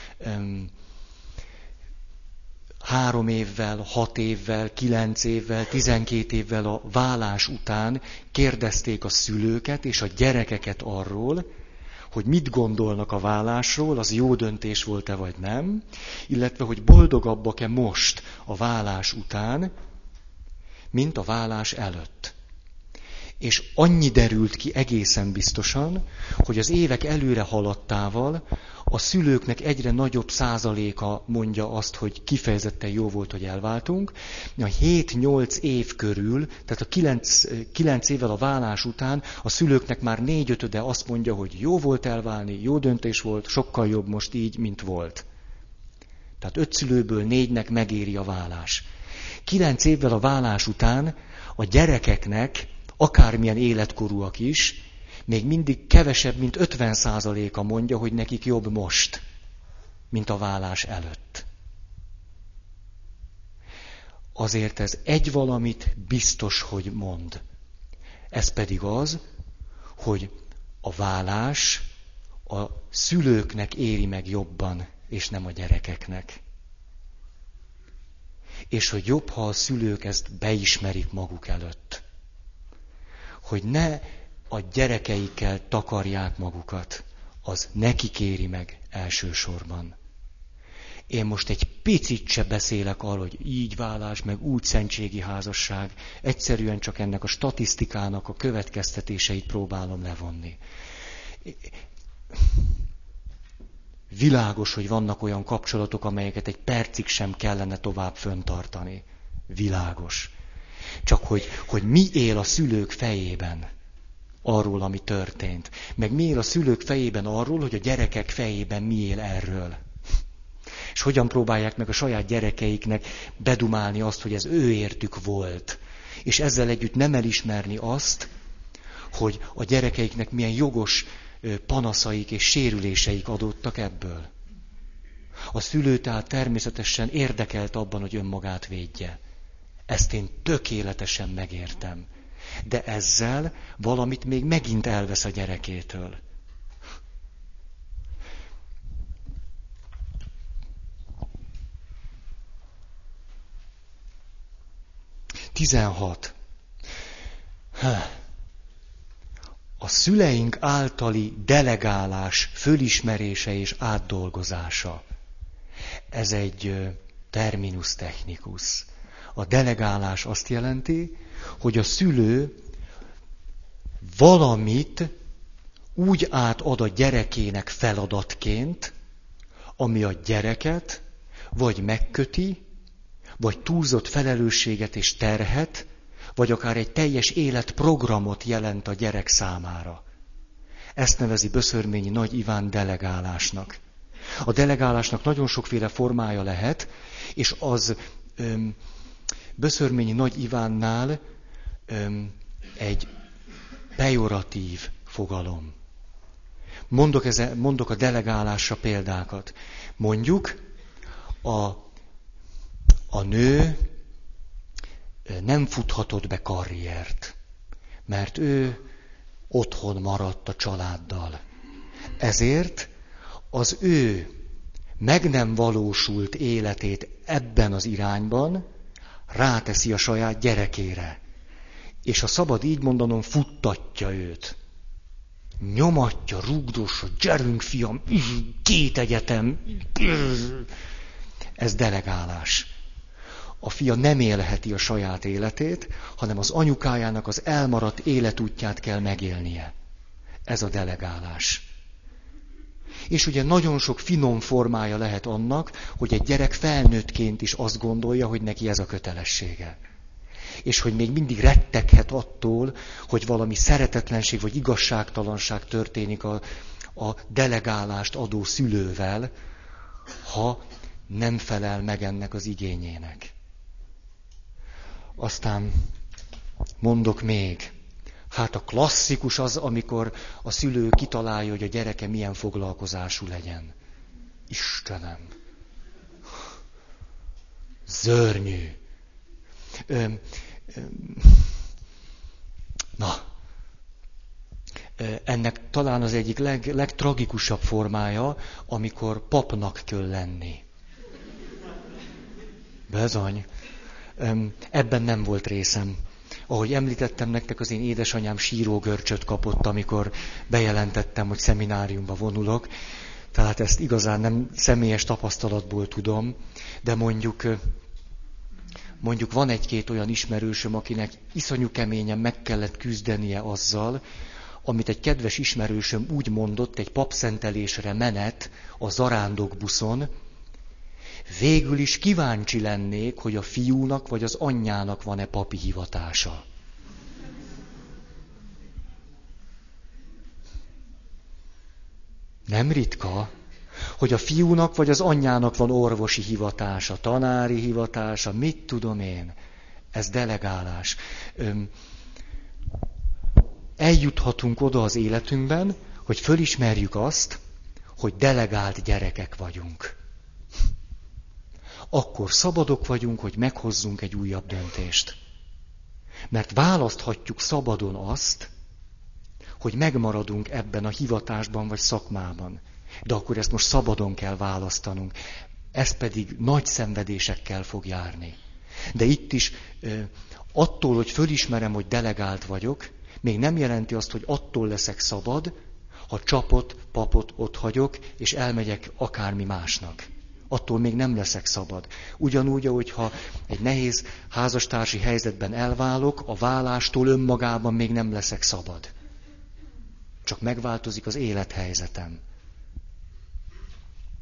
Három évvel, hat évvel, kilenc évvel, tizenkét évvel a válás után kérdezték a szülőket és a gyerekeket arról, hogy mit gondolnak a válásról, az jó döntés volt-e vagy nem, illetve hogy boldogabbak-e most a válás után, mint a válás előtt. És annyi derült ki egészen biztosan, hogy az évek előre haladtával a szülőknek egyre nagyobb százaléka mondja azt, hogy kifejezetten jó volt, hogy elváltunk. A hét-nyolc év körül, tehát a kilenc évvel a válás után a szülőknek már négy-ötöde azt mondja, hogy jó volt elválni, jó döntés volt, sokkal jobb most így, mint volt. Tehát öt szülőből négynek megéri a válás. Kilenc évvel a válás után a gyerekeknek, akármilyen életkorúak is, még mindig kevesebb, mint ötven százaléka mondja, hogy nekik jobb most, mint a válás előtt. Azért ez egy valamit biztos, hogy mond. Ez pedig az, hogy a válás a szülőknek éri meg jobban, és nem a gyerekeknek. És hogy jobb, ha a szülők ezt beismerik maguk előtt. Hogy ne a gyerekeikkel takarják magukat, az nekik éri meg elsősorban. Én most egy picit se beszélek arról, hogy így válás, meg úgy szentségi házasság. Egyszerűen csak ennek a statisztikának a következtetéseit próbálom levonni. Világos, hogy vannak olyan kapcsolatok, amelyeket egy percig sem kellene tovább föntartani. Világos. Csak hogy, hogy mi él a szülők fejében arról, ami történt. Meg mi él a szülők fejében arról, hogy a gyerekek fejében mi él erről. És hogyan próbálják meg a saját gyerekeiknek bedumálni azt, hogy ez ő értük volt. És ezzel együtt nem elismerni azt, hogy a gyerekeiknek milyen jogos panaszaik és sérüléseik adódtak ebből. A szülő tehát természetesen érdekelt abban, hogy önmagát védje. Ezt én tökéletesen megértem. De ezzel valamit még megint elvesz a gyerekétől. tizenhat. A szüleink általi delegálás, fölismerése és átdolgozása. Ez egy terminus technicus. A delegálás azt jelenti, hogy a szülő valamit úgy átad a gyerekének feladatként, ami a gyereket vagy megköti, vagy túlzott felelősséget és terhet, vagy akár egy teljes életprogramot jelent a gyerek számára. Ezt nevezi Böszörményi Nagy Iván delegálásnak. A delegálásnak nagyon sokféle formája lehet, és az öm, Böszörményi Nagy Ivánnál öm, egy pejoratív fogalom. Mondok, eze, mondok a delegálásra példákat. Mondjuk a, a nő nem futhatott be karriert, mert ő otthon maradt a családdal. Ezért az ő meg nem valósult életét ebben az irányban ráteszi a saját gyerekére. És ha szabad így mondanom, futtatja őt. Nyomatja, rugdossa, gyerünk fiam, két egyetem. Ez delegálás. A fia nem élheti a saját életét, hanem az anyukájának az elmaradt életútját kell megélnie. Ez a delegálás. És ugye nagyon sok finom formája lehet annak, hogy egy gyerek felnőttként is azt gondolja, hogy neki ez a kötelessége. És hogy még mindig retteghet attól, hogy valami szeretetlenség vagy igazságtalanság történik a, a delegálást adó szülővel, ha nem felel meg ennek az igényének. Aztán mondok még. Hát a klasszikus az, amikor a szülő kitalálja, hogy a gyereke milyen foglalkozású legyen. Istenem! Zörnyű! Öm, öm, na, ennek talán az egyik leg, legtragikusabb formája, amikor papnak kell lenni. Bezony. Öm, ebben nem volt részem. Ahogy említettem nektek, az én édesanyám sírógörcsöt kapott, amikor bejelentettem, hogy szemináriumba vonulok. Tehát ezt igazán nem személyes tapasztalatból tudom, de mondjuk, mondjuk van egy-két olyan ismerősöm, akinek iszonyú keményen meg kellett küzdenie azzal, amit egy kedves ismerősöm úgy mondott egy papszentelésre menet a zarándokbuszon, végül is kíváncsi lennék, hogy a fiúnak vagy az anyjának van-e papi hivatása. Nem ritka, hogy a fiúnak vagy az anyjának van orvosi hivatása, tanári hivatása, mit tudom én. Ez delegálás. Eljuthatunk oda az életünkben, hogy fölismerjük azt, hogy delegált gyerekek vagyunk. Akkor szabadok vagyunk, hogy meghozzunk egy újabb döntést. Mert választhatjuk szabadon azt, hogy megmaradunk ebben a hivatásban vagy szakmában. De akkor ezt most szabadon kell választanunk. Ez pedig nagy szenvedésekkel fog járni. De itt is attól, hogy fölismerem, hogy delegált vagyok, még nem jelenti azt, hogy attól leszek szabad, ha csapot, papot ott hagyok, és elmegyek akármi másnak. Attól még nem leszek szabad. Ugyanúgy, ahogyha egy nehéz házastársi helyzetben elválok, a válástól önmagában még nem leszek szabad. Csak megváltozik az élethelyzetem.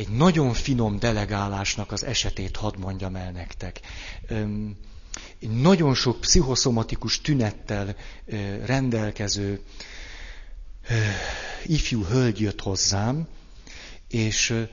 egy nagyon finom delegálásnak az esetét hadd mondjam el nektek. Nagyon sok pszichoszomatikus tünettel rendelkező ifjú hölgy jött hozzám, és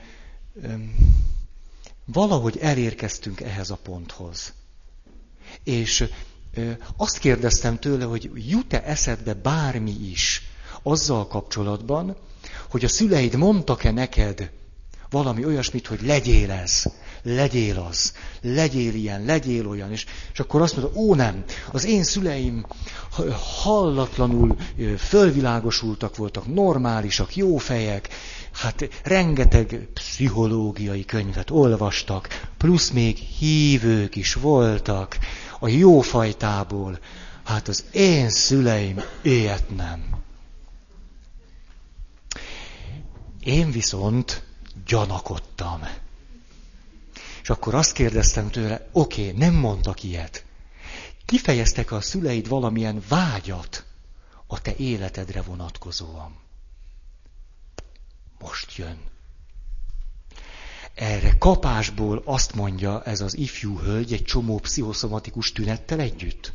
valahogy elérkeztünk ehhez a ponthoz. És azt kérdeztem tőle, hogy jut-e eszedbe bármi is azzal kapcsolatban, hogy a szüleid mondtak-e neked valami olyasmit, hogy legyél ez, legyél az, legyél ilyen, legyél olyan, és, és akkor azt mondta, ó nem, az én szüleim hallatlanul fölvilágosultak voltak, normálisak, jó fejek, hát rengeteg pszichológiai könyvet olvastak, plusz még hívők is voltak a jó fajtából. Hát az én szüleim ilyet nem. Én viszont gyanakodtam. És akkor azt kérdeztem tőle, oké, okay, nem mondtak ilyet. Kifejeztek a szüleid valamilyen vágyat a te életedre vonatkozóan? Most jön. Erre kapásból azt mondja ez az ifjú hölgy egy csomó pszichoszomatikus tünettel együtt.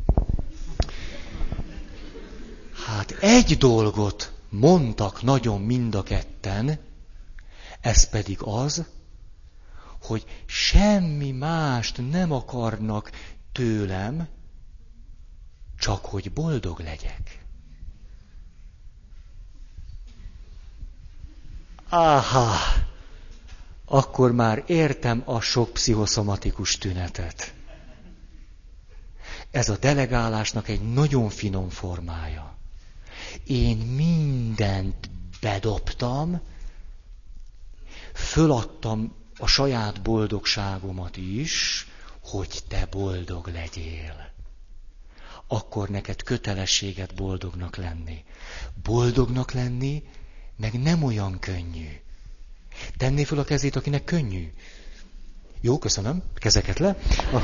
Hát egy dolgot mondtak nagyon mind a ketten, ez pedig az, hogy semmi mást nem akarnak tőlem, csak hogy boldog legyek. Áhá, akkor már értem a sok pszichoszomatikus tünetet. Ez a delegálásnak egy nagyon finom formája. Én mindent bedobtam, föladtam a saját boldogságomat is, hogy te boldog legyél. Akkor neked kötelességed boldognak lenni. Boldognak lenni, meg nem olyan könnyű. Tenné föl a kezét, akinek könnyű? Jó, köszönöm. Kezeket le. A...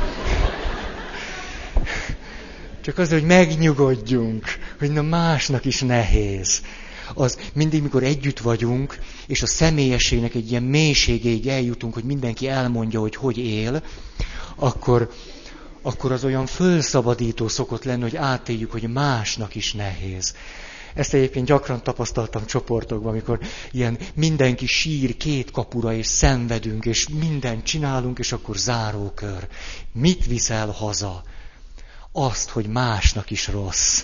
Csak azért, hogy megnyugodjunk, hogy na másnak is nehéz. Az mindig, mikor együtt vagyunk, és a személyességnek egy ilyen mélységéig eljutunk, hogy mindenki elmondja, hogy hogy él, akkor, akkor az olyan fölszabadító szokott lenni, hogy átéljük, hogy másnak is nehéz. Ezt egyébként gyakran tapasztaltam csoportokban, amikor ilyen mindenki sír két kapura, és szenvedünk, és mindent csinálunk, és akkor zárókör. Mit viszel haza? Azt, hogy másnak is rossz.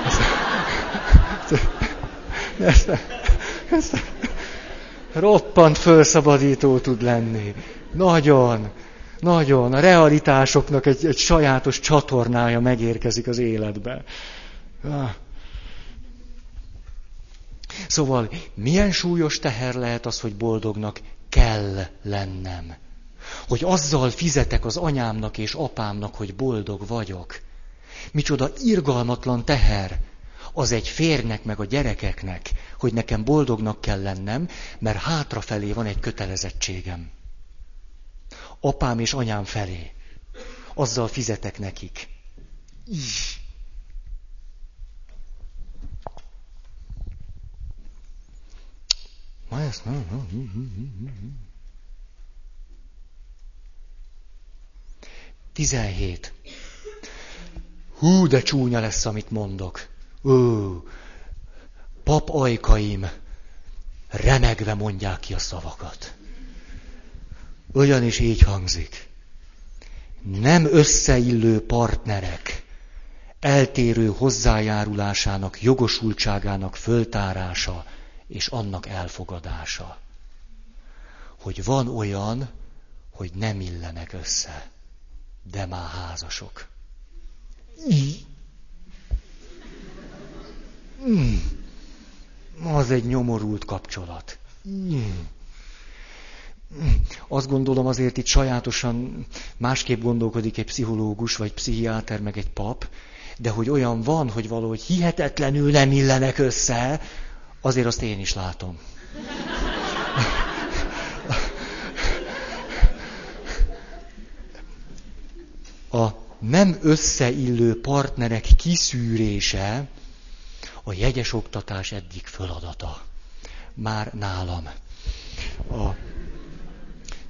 Ez, ez roppant fölszabadító tud lenni. Nagyon, nagyon. A realitásoknak egy, egy sajátos csatornája megérkezik az életbe. Szóval milyen súlyos teher lehet az, hogy boldognak kell lennem. Hogy azzal fizetek az anyámnak és apámnak, hogy boldog vagyok. Micsoda irgalmatlan teher az egy férjnek meg a gyerekeknek, hogy nekem boldognak kell lennem, mert hátrafelé van egy kötelezettségem. Apám és anyám felé. Azzal fizetek nekik. Így. Ma ezt nem. tizenhét. Hú, de csúnya lesz, amit mondok. Ó, pap ajkaim remegve mondják ki a szavakat. Ugyanis így hangzik. Nem összeillő partnerek eltérő hozzájárulásának, jogosultságának föltárása és annak elfogadása. Hogy van olyan, hogy nem illenek össze, de már házasok. Mm. Az egy nyomorult kapcsolat. Mm. Azt gondolom, azért itt sajátosan másképp gondolkodik egy pszichológus, vagy pszichiáter, meg egy pap, de hogy olyan van, hogy valahogy hihetetlenül nem illenek össze, azért azt én is látom. A nem összeillő partnerek kiszűrése a jegyes oktatás egyik feladata. Már nálam. A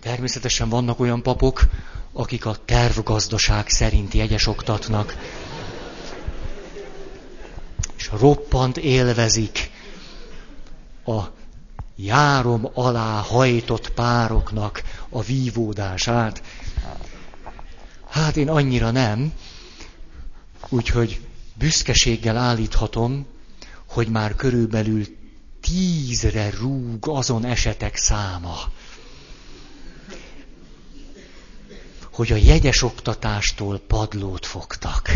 Természetesen vannak olyan papok, akik a tervgazdaság szerint jegyes oktatnak, és roppant élvezik a járom alá hajtott pároknak a vívódását. Hát én annyira nem, úgyhogy büszkeséggel állíthatom, hogy már körülbelül tízre rúg azon esetek száma, hogy a jegyes oktatástól padlót fogtak.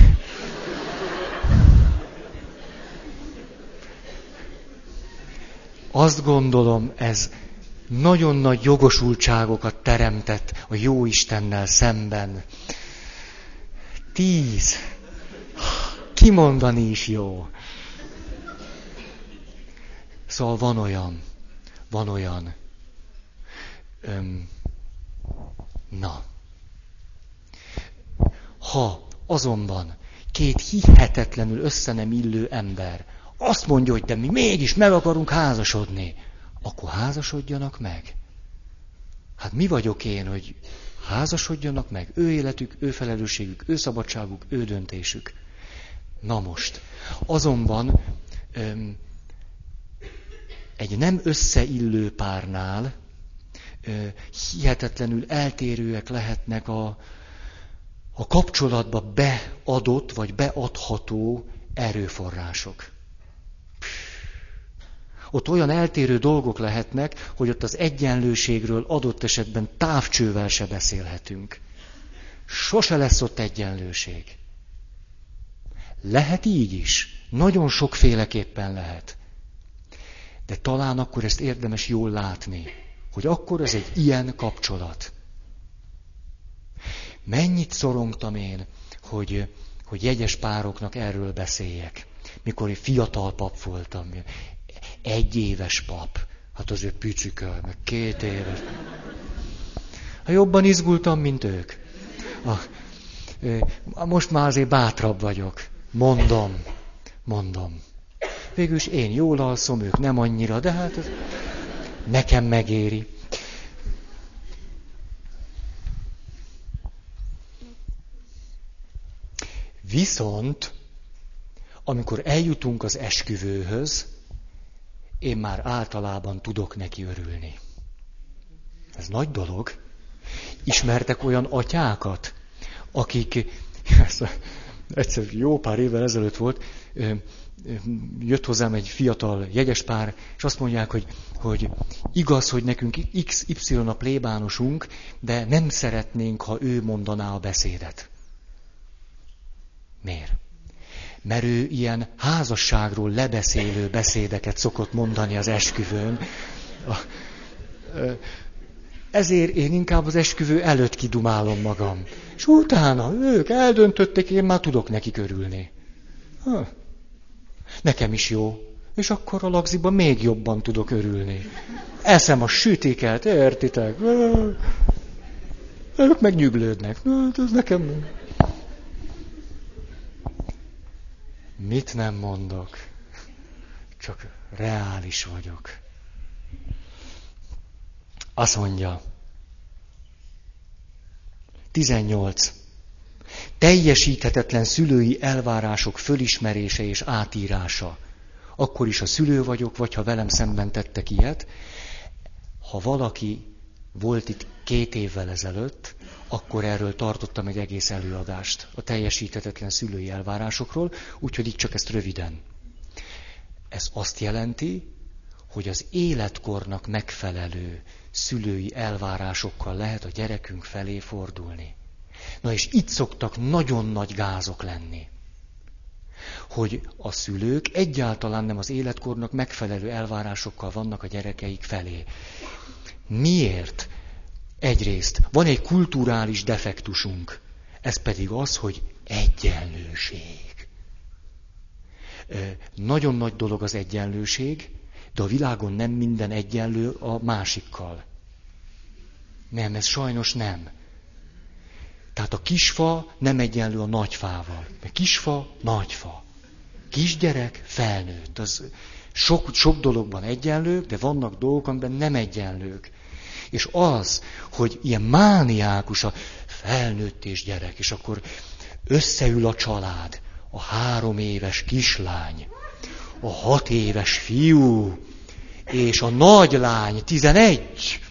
Azt gondolom, ez nagyon nagy jogosultságokat teremtett a Jóistennel szemben. Tíz. Kimondani is jó. Szóval van olyan, van olyan. Öm, na. Ha azonban két hihetetlenül össze nem illő ember azt mondja, hogy de mi mégis meg akarunk házasodni, akkor házasodjanak meg. Hát mi vagyok én, hogy házasodjanak meg, ő életük, ő felelősségük, ő szabadságuk, ő döntésük. Na most, azonban öm, egy nem összeillő párnál ö, hihetetlenül eltérőek lehetnek a, a kapcsolatba beadott vagy beadható erőforrások. Ott olyan eltérő dolgok lehetnek, hogy ott az egyenlőségről adott esetben távcsővel se beszélhetünk. Sose lesz ott egyenlőség. Lehet így is. Nagyon sokféleképpen lehet. De talán akkor ezt érdemes jól látni, hogy akkor ez egy ilyen kapcsolat. Mennyit szorongtam én, hogy, hogy jegyes pároknak erről beszéljek. Mikor én fiatal pap voltam. Egy éves pap. Hát azért pücüköl, meg két éves. Hát jobban izgultam, mint ők. A, most már azért bátrabb vagyok. Mondom, mondom. Végülis én jól alszom, ők nem annyira, de hát ez nekem megéri. Viszont, amikor eljutunk az esküvőhöz, én már általában tudok neki örülni. Ez nagy dolog. Ismertek olyan atyákat, akik, egyszer jó pár évvel ezelőtt volt, jött hozzám egy fiatal jegyes pár, és azt mondják, hogy, hogy igaz, hogy nekünk iksz ipszilon a plébánosunk, de nem szeretnénk, ha ő mondaná a beszédet. Miért? Mert ő ilyen házasságról lebeszélő beszédeket szokott mondani az esküvőn. Ezért én inkább az esküvő előtt kidumálom magam. És utána ők eldöntötték, én már tudok nekik örülni. Ha. Nekem is jó. És akkor a lagziban még jobban tudok örülni. Eszem a sütiket, értitek? Ők meg nyüglődnek. Na, ez nekem... Mit nem mondok? Csak reális vagyok. Azt mondja. tizennyolc. Teljesíthetetlen szülői elvárások fölismerése és átírása. Akkor is a szülő vagyok, vagy ha velem szemben tettek ilyet. Ha valaki volt itt két évvel ezelőtt, akkor erről tartottam egy egész előadást a teljesíthetetlen szülői elvárásokról, úgyhogy így csak ezt röviden. Ez azt jelenti, hogy az életkornak megfelelő szülői elvárásokkal lehet a gyerekünk felé fordulni. Na és itt szoktak nagyon nagy gázok lenni, hogy a szülők egyáltalán nem az életkornak megfelelő elvárásokkal vannak a gyerekeik felé. Miért? Egyrészt van egy kulturális defektusunk, ez pedig az, hogy egyenlőség. Nagyon nagy dolog az egyenlőség, de a világon nem minden egyenlő a másikkal. Nem, ez sajnos nem. Tehát a kisfa nem egyenlő a nagyfával. Mert kisfa, nagyfa. Kisgyerek, felnőtt. Az sok, sok dologban egyenlők, de vannak dolgok, amiben nem egyenlők. És az, hogy ilyen mániákus a felnőtt és gyerek, és akkor összeül a család, a három éves kislány, a hat éves fiú, és a nagylány, tizenegy.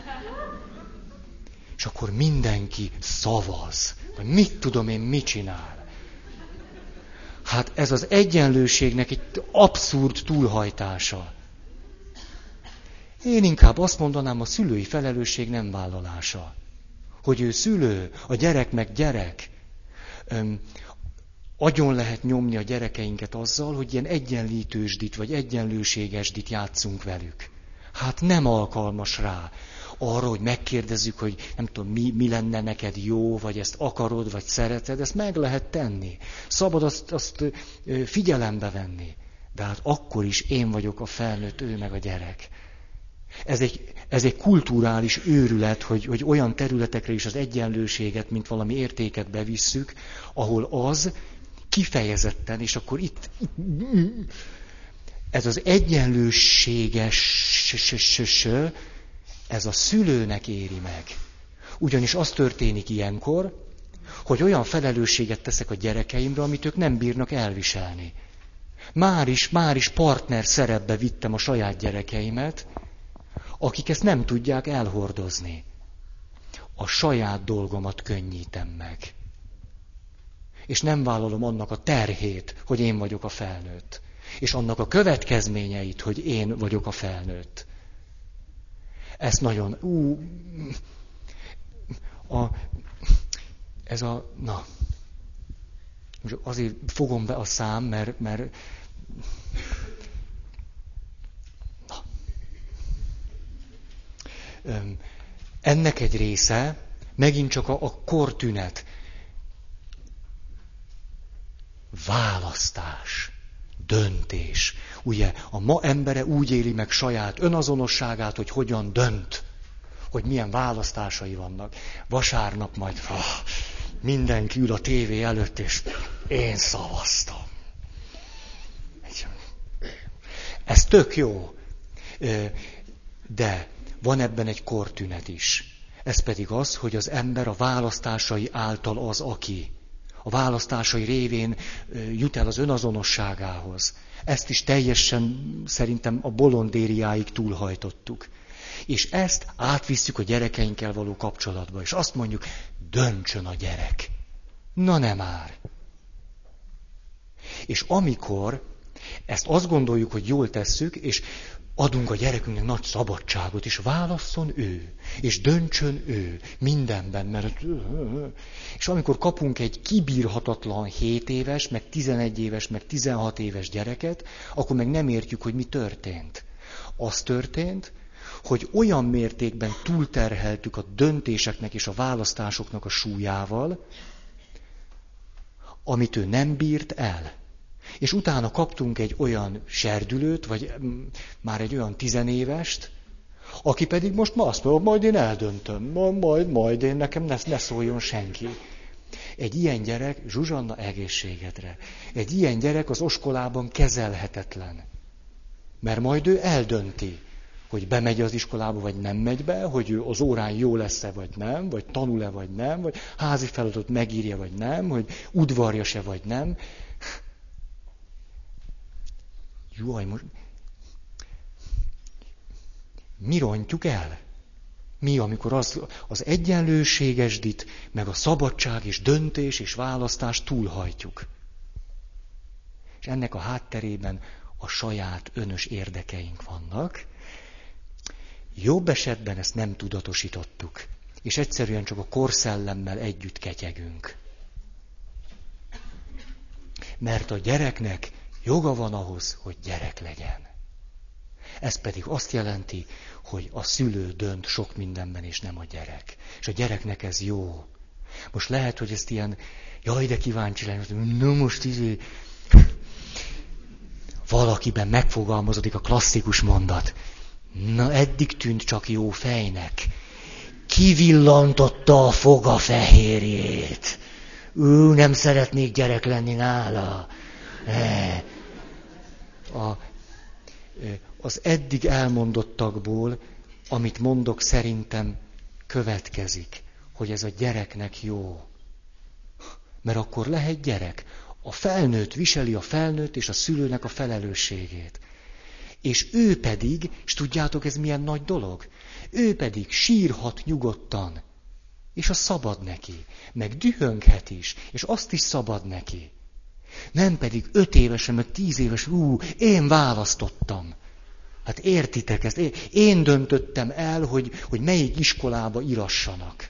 És akkor mindenki szavaz, vagy mit tudom én, mit csinál. Hát ez az egyenlőségnek egy abszurd túlhajtása. Én inkább azt mondanám, a szülői felelősség nem vállalása. Hogy ő szülő, a gyerek meg gyerek. Öm, agyon lehet nyomni a gyerekeinket azzal, hogy ilyen egyenlítősdit vagy egyenlőségesdit játszunk velük. Hát nem alkalmas rá. Arra, hogy megkérdezzük, hogy nem tudom, mi, mi lenne neked jó, vagy ezt akarod, vagy szereted, ezt meg lehet tenni. Szabad azt, azt figyelembe venni. De hát akkor is én vagyok a felnőtt, ő meg a gyerek. Ez egy, ez egy kulturális őrület, hogy, hogy olyan területekre is az egyenlőséget, mint valami értéket bevisszük, ahol az kifejezetten, és akkor itt, ez az egyenlőséges, ez a szülőnek éri meg. Ugyanis az történik ilyenkor, hogy olyan felelősséget teszek a gyerekeimre, amit ők nem bírnak elviselni. Már is, már is partner szerepbe vittem a saját gyerekeimet, akik ezt nem tudják elhordozni. A saját dolgomat könnyítem meg. És nem vállalom annak a terhét, hogy én vagyok a felnőtt. És annak a következményeit, hogy én vagyok a felnőtt. Ez nagyon... Ú, a, ez a... Na. Azért fogom be a szám, mert... mert na. Ennek egy része megint csak a, a kortünet. Választás. Döntés. Ugye a ma embere úgy éli meg saját önazonosságát, hogy hogyan dönt, hogy milyen választásai vannak. Vasárnap majd oh, mindenki ül a tévé előtt, és én szavaztam. Ez tök jó. De van ebben egy kortünet is. Ez pedig az, hogy az ember a választásai által az, aki. A választásai révén jut el az önazonosságához. Ezt is teljesen szerintem a bolondériáig túlhajtottuk. És ezt átvisszük a gyerekeinkkel való kapcsolatba. És azt mondjuk, döntsön a gyerek. Na nem már. És amikor ezt azt gondoljuk, hogy jól tesszük, és adunk a gyerekünknek nagy szabadságot, és válasszon ő, és döntsön ő mindenben, mert... És amikor kapunk egy kibírhatatlan hét éves, meg tizenegy éves, meg tizenhat éves gyereket, akkor meg nem értjük, hogy mi történt. Az történt, hogy olyan mértékben túlterheltük a döntéseknek és a választásoknak a súlyával, amit ő nem bírt el. És utána kaptunk egy olyan serdülőt, vagy már egy olyan tizenévest, aki pedig most ma azt mondja, majd én eldöntöm, majd, majd én nekem ne, ne szóljon senki. Egy ilyen gyerek, Zsuzsanna, egészségedre, egy ilyen gyerek az oskolában kezelhetetlen. Mert majd ő eldönti, hogy bemegy az iskolába, vagy nem megy be, hogy ő az órán jó lesz-e, vagy nem, vagy tanul-e, vagy nem, vagy házi feladatot megírja, vagy nem, hogy udvarjas-e, vagy nem. Jaj, most... Mi rontjuk el? Mi, amikor az, az egyenlőségesdit, meg a szabadság és döntés és választás túlhajtjuk. És ennek a hátterében a saját önös érdekeink vannak. Jobb esetben ezt nem tudatosítottuk, és egyszerűen csak a korszellemmel együtt ketyegünk. Mert a gyereknek joga van ahhoz, hogy gyerek legyen. Ez pedig azt jelenti, hogy a szülő dönt sok mindenben, és nem a gyerek. És a gyereknek ez jó. Most lehet, hogy ezt ilyen, jaj, de kíváncsi lenni, no most izé, valakiben megfogalmazódik a klasszikus mondat. Na, eddig tűnt csak jó fejnek. Kivillantotta a foga fehérjét. Ú, nem szeretnék gyerek lenni nála. A, az eddig elmondottakból amit mondok, szerintem következik, hogy ez a gyereknek jó. Mert akkor lehet gyerek. A felnőtt viseli a felnőtt és a szülőnek a felelősségét. És ő pedig, és tudjátok, ez milyen nagy dolog? Ő pedig sírhat nyugodtan. És az szabad neki. Meg dühönghet is. És azt is szabad neki. Nem pedig öt évesen, meg tíz éves, ú, én választottam. Hát értitek ezt? Én döntöttem el, hogy, hogy melyik iskolába irassanak.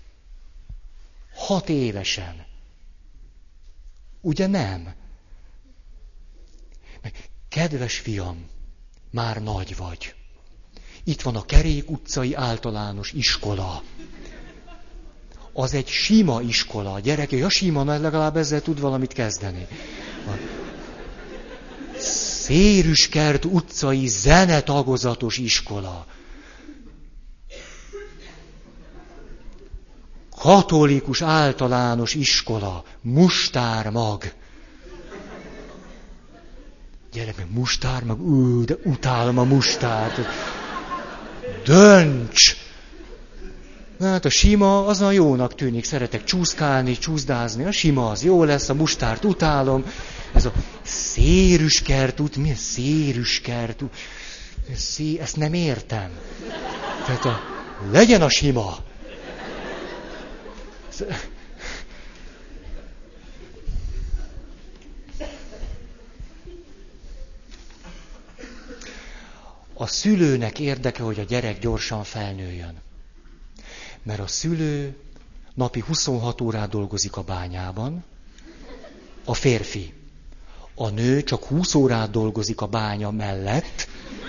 Hat évesen. Ugye nem? Kedves fiam, már nagy vagy. Itt van a Kerék utcai általános iskola. Az egy sima iskola. Gyerekek, a sima, legalább ezzel tud valamit kezdeni. A Szérüskert utcai zenetagozatos iskola. Katolikus általános iskola. Mustármag. Gyere meg, mustármag, ú, de utálom a mustárt. Dönts! Na hát a sima az a jónak tűnik, szeretek csúszkálni, csúszdázni, a sima az jó lesz, a mustárt utálom. Ez a Szérüskert út, mi a Szérüskert út? Szé, ezt nem értem. Tehát a, legyen a sima. A szülőnek érdeke, hogy a gyerek gyorsan felnőjön. Mert a szülő napi huszonhat órát dolgozik a bányában, a férfi. A nő csak húsz órát dolgozik a bánya mellett,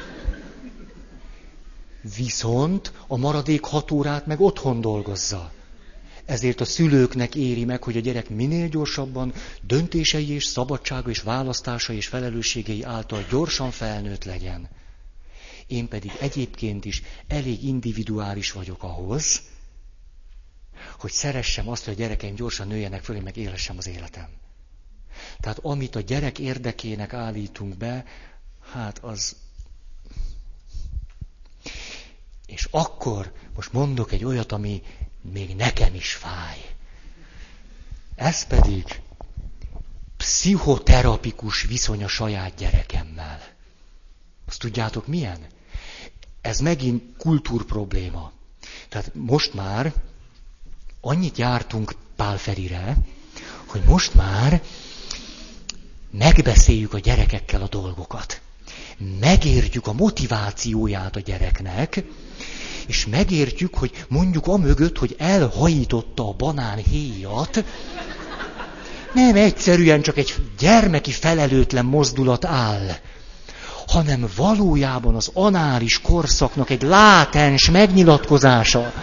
viszont a maradék hat órát meg otthon dolgozza. Ezért a szülőknek éri meg, hogy a gyerek minél gyorsabban döntései és szabadsága és választásai és felelősségei által gyorsan felnőtt legyen. Én pedig egyébként is elég individuális vagyok ahhoz, hogy szeressem azt, hogy a gyerekeim gyorsan nőjenek föl, én meg élhessem az életem. Tehát amit a gyerek érdekének állítunk be, hát az... És akkor most mondok egy olyat, ami még nekem is fáj. Ez pedig pszichoterapikus viszony a saját gyerekemmel. Azt tudjátok milyen? Ez megint kultúrprobléma. Tehát most már annyit jártunk Pál Ferire, hogy most már megbeszéljük a gyerekekkel a dolgokat. Megértjük a motivációját a gyereknek, és megértjük, hogy mondjuk amögött, hogy elhajította a banánhéjat, nem egyszerűen csak egy gyermeki felelőtlen mozdulat áll, hanem valójában az anális korszaknak egy látens megnyilatkozása.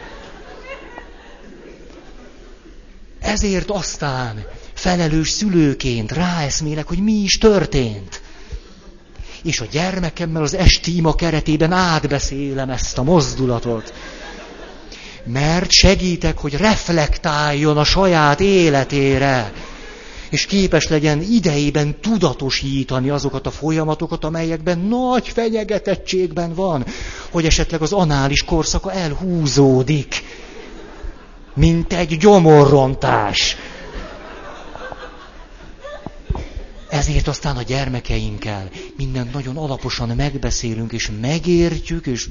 Ezért aztán felelős szülőként ráeszmélek, hogy mi is történt. És a gyermekemmel az esti ima keretében átbeszélem ezt a mozdulatot. Mert segítek, hogy reflektáljon a saját életére, és képes legyen idejében tudatosítani azokat a folyamatokat, amelyekben nagy fenyegetettségben van, hogy esetleg az anális korszaka elhúzódik, mint egy gyomorrontás. Ezért aztán a gyermekeinkkel mindent nagyon alaposan megbeszélünk, és megértjük, és...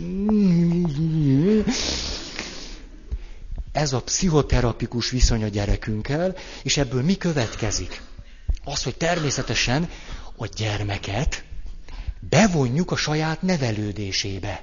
Ez a pszichoterapikus viszony a gyerekünkkel, és ebből mi következik? Az, hogy természetesen a gyermeket bevonjuk a saját nevelődésébe.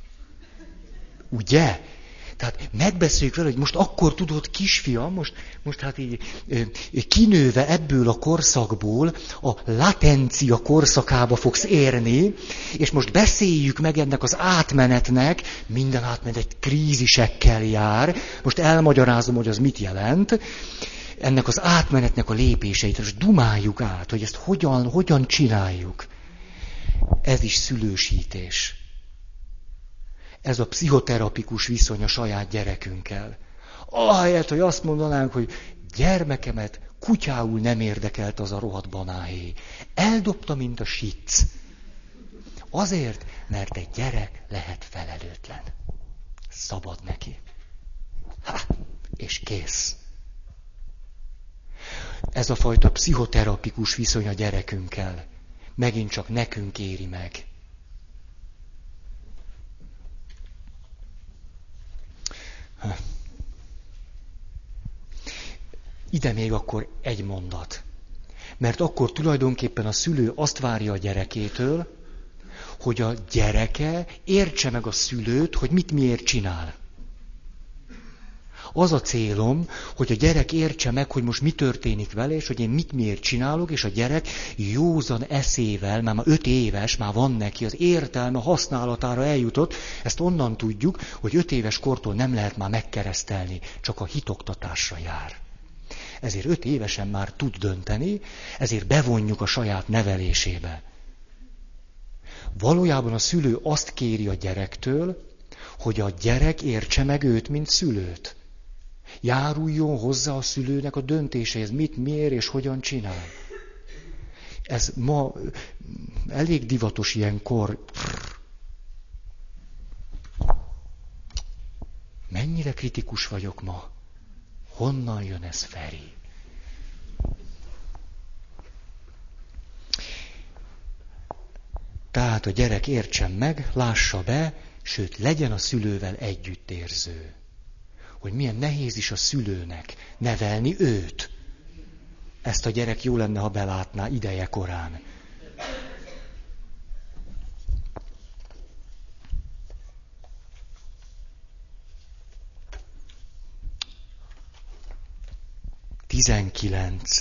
Ugye? Tehát megbeszéljük vele, hogy most akkor tudod, kisfiam, most, most hát így kinőve ebből a korszakból a latencia korszakába fogsz érni, és most beszéljük meg ennek az átmenetnek, minden átmenet krízisekkel jár, most elmagyarázom, hogy az mit jelent, ennek az átmenetnek a lépéseit, és dumáljuk át, hogy ezt hogyan, hogyan csináljuk. Ez is szülősítés. Ez a pszichoterapikus viszony a saját gyerekünkkel. Ahelyett, hogy azt mondanánk, hogy gyermekemet kutyául nem érdekelt az a rohadt banánhéj. Eldobta, mint a sic. Azért, Mert egy gyerek lehet felelőtlen. Szabad neki. Ha, és kész. Ez a fajta pszichoterapikus viszony a gyerekünkkel. Megint csak nekünk éri meg. Ha. Ide még akkor egy mondat. Mert akkor tulajdonképpen a szülő azt várja a gyerekétől, hogy a gyereke értse meg a szülőt, hogy mit miért csinál. Az a célom, hogy a gyerek értse meg, hogy most mi történik vele, és hogy én mit miért csinálok, és a gyerek józan eszével, már, már öt éves, már van neki, az értelme használatára eljutott, ezt onnan tudjuk, hogy öt éves kortól nem lehet már megkeresztelni, csak a hitoktatásra jár. Ezért öt évesen már tud dönteni, ezért bevonjuk a saját nevelésébe. Valójában a szülő azt kéri a gyerektől, hogy a gyerek értse meg őt, mint szülőt. Járuljon hozzá a szülőnek a döntéséhez, mit, miért és hogyan csinál. Ez ma elég divatos ilyenkor. Mennyire kritikus vagyok ma? Honnan jön ez, Feri? Tehát a gyerek értsen meg, lássa be, sőt, legyen a szülővel együttérző. Hogy milyen nehéz is a szülőnek nevelni őt. Ezt a gyerek jó lenne, ha belátná ideje korán. tizenkilenc.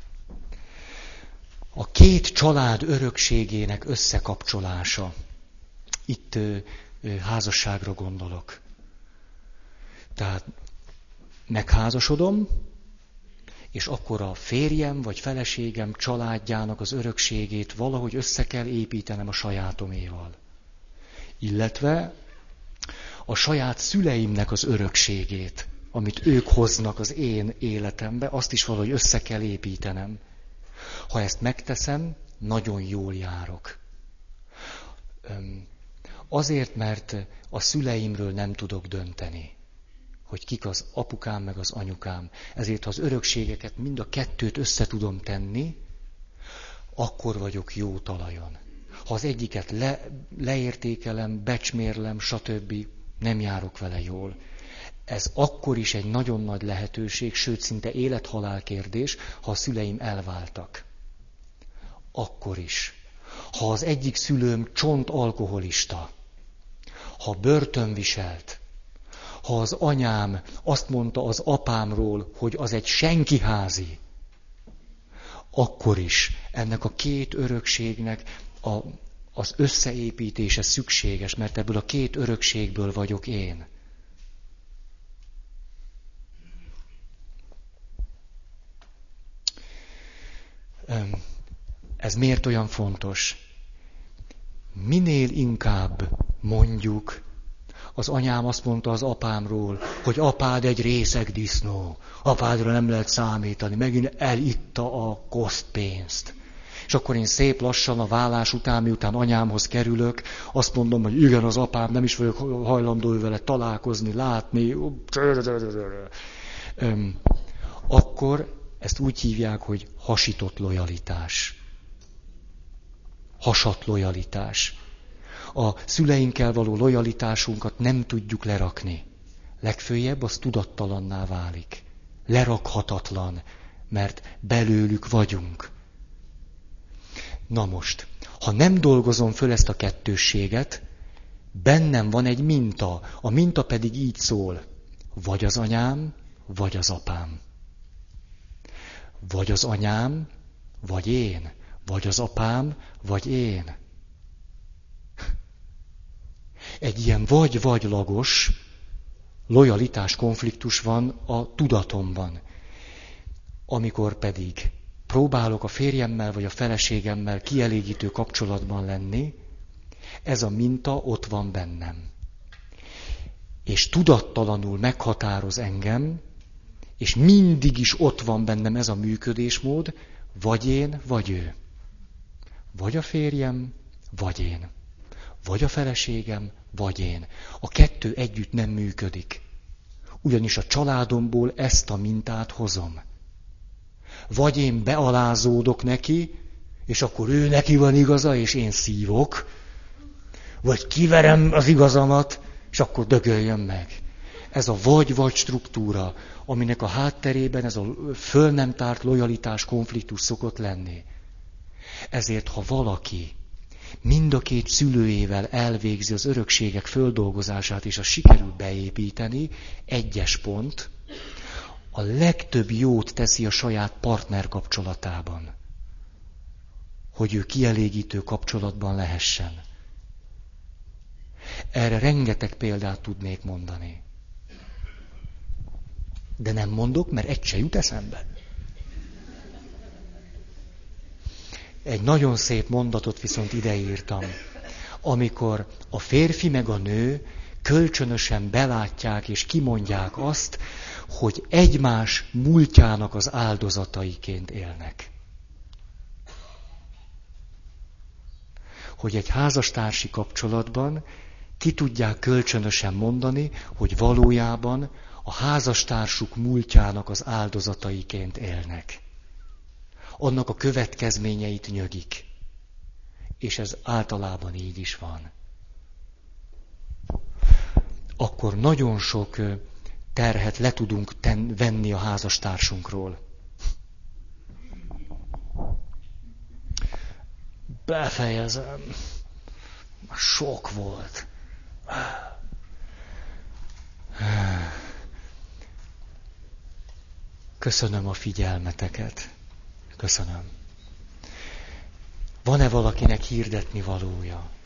A két család örökségének összekapcsolása. Itt ö, ö, házasságra gondolok. Tehát megházasodom, és akkor a férjem vagy feleségem családjának az örökségét valahogy össze kell építenem a sajátoméval. Illetve a saját szüleimnek az örökségét, amit ők hoznak az én életembe, azt is valahogy össze kell építenem. Ha ezt megteszem, nagyon jól járok. Azért, mert a szüleimről nem tudok dönteni, hogy kik az apukám meg az anyukám. Ezért, ha az örökségeket mind a kettőt össze tudom tenni, akkor vagyok jó talajon. Ha az egyiket le, leértékelem, becsmérlem, stb., nem járok vele jól. Ez akkor is egy nagyon nagy lehetőség, sőt, szinte élet-halál kérdés, ha a szüleim elváltak. Akkor is. Ha az egyik szülőm csont alkoholista, ha börtönviselt, ha az anyám azt mondta az apámról, hogy az egy senkiházi, akkor is ennek a két örökségnek a, az összeépítése szükséges, mert ebből a két örökségből vagyok én. Ez miért olyan fontos? Minél inkább mondjuk, az anyám azt mondta az apámról, hogy apád egy részeg disznó, apádra nem lehet számítani, megint elitta a kosztpénzt. És akkor én szép lassan a vállás után, miután anyámhoz kerülök, azt mondom, hogy igen, az apám, nem is vagyok hajlandó vele találkozni, látni. Akkor ezt úgy hívják, hogy hasított lojalitás. Hasat lojalitás. A szüleinkkel való lojalitásunkat nem tudjuk lerakni. Legfőjebb az tudattalanná válik. Lerakhatatlan, mert belőlük vagyunk. Na most, ha nem dolgozom föl ezt a kettősséget, bennem van egy minta, a minta pedig így szól. Vagy az anyám, vagy az apám. Vagy az anyám, vagy én. Vagy az apám, vagy én. Egy ilyen vagy-vagylagos lojalitás konfliktus van a tudatomban. Amikor pedig próbálok a férjemmel vagy a feleségemmel kielégítő kapcsolatban lenni, ez a minta ott van bennem. És tudattalanul meghatároz engem, és mindig is ott van bennem ez a működésmód, vagy én, vagy ő. Vagy a férjem, vagy én. Vagy a feleségem, vagy én. A kettő együtt nem működik. Ugyanis a családomból ezt a mintát hozom. Vagy én bealázódok neki, és akkor ő neki van igaza, és én szívok. Vagy kiverem az igazamat, és akkor dögöljön meg. Ez a vagy-vagy struktúra, aminek a hátterében ez a föl nem tárt lojalitás konfliktus szokott lenni. Ezért, ha valaki mind a két szülőjével elvégzi az örökségek földolgozását, és a sikerül beépíteni, egyes pont, a legtöbb jót teszi a saját partner kapcsolatában, hogy ő kielégítő kapcsolatban lehessen. Erre rengeteg példát tudnék mondani. De nem mondok, mert egy se jut eszembe. Egy nagyon szép mondatot viszont ideírtam. Amikor a férfi meg a nő kölcsönösen belátják és kimondják azt, hogy egymás múltjának az áldozataiként élnek. Hogy egy házastársi kapcsolatban ki tudják kölcsönösen mondani, hogy valójában a házastársuk múltjának az áldozataiként élnek. Annak a következményeit nyögik. És ez általában így is van. Akkor nagyon sok terhet le tudunk ten- venni a házastársunkról. Befejezem. Sok volt. Köszönöm a figyelmeteket. Köszönöm. Van-e valakinek hirdetni valója?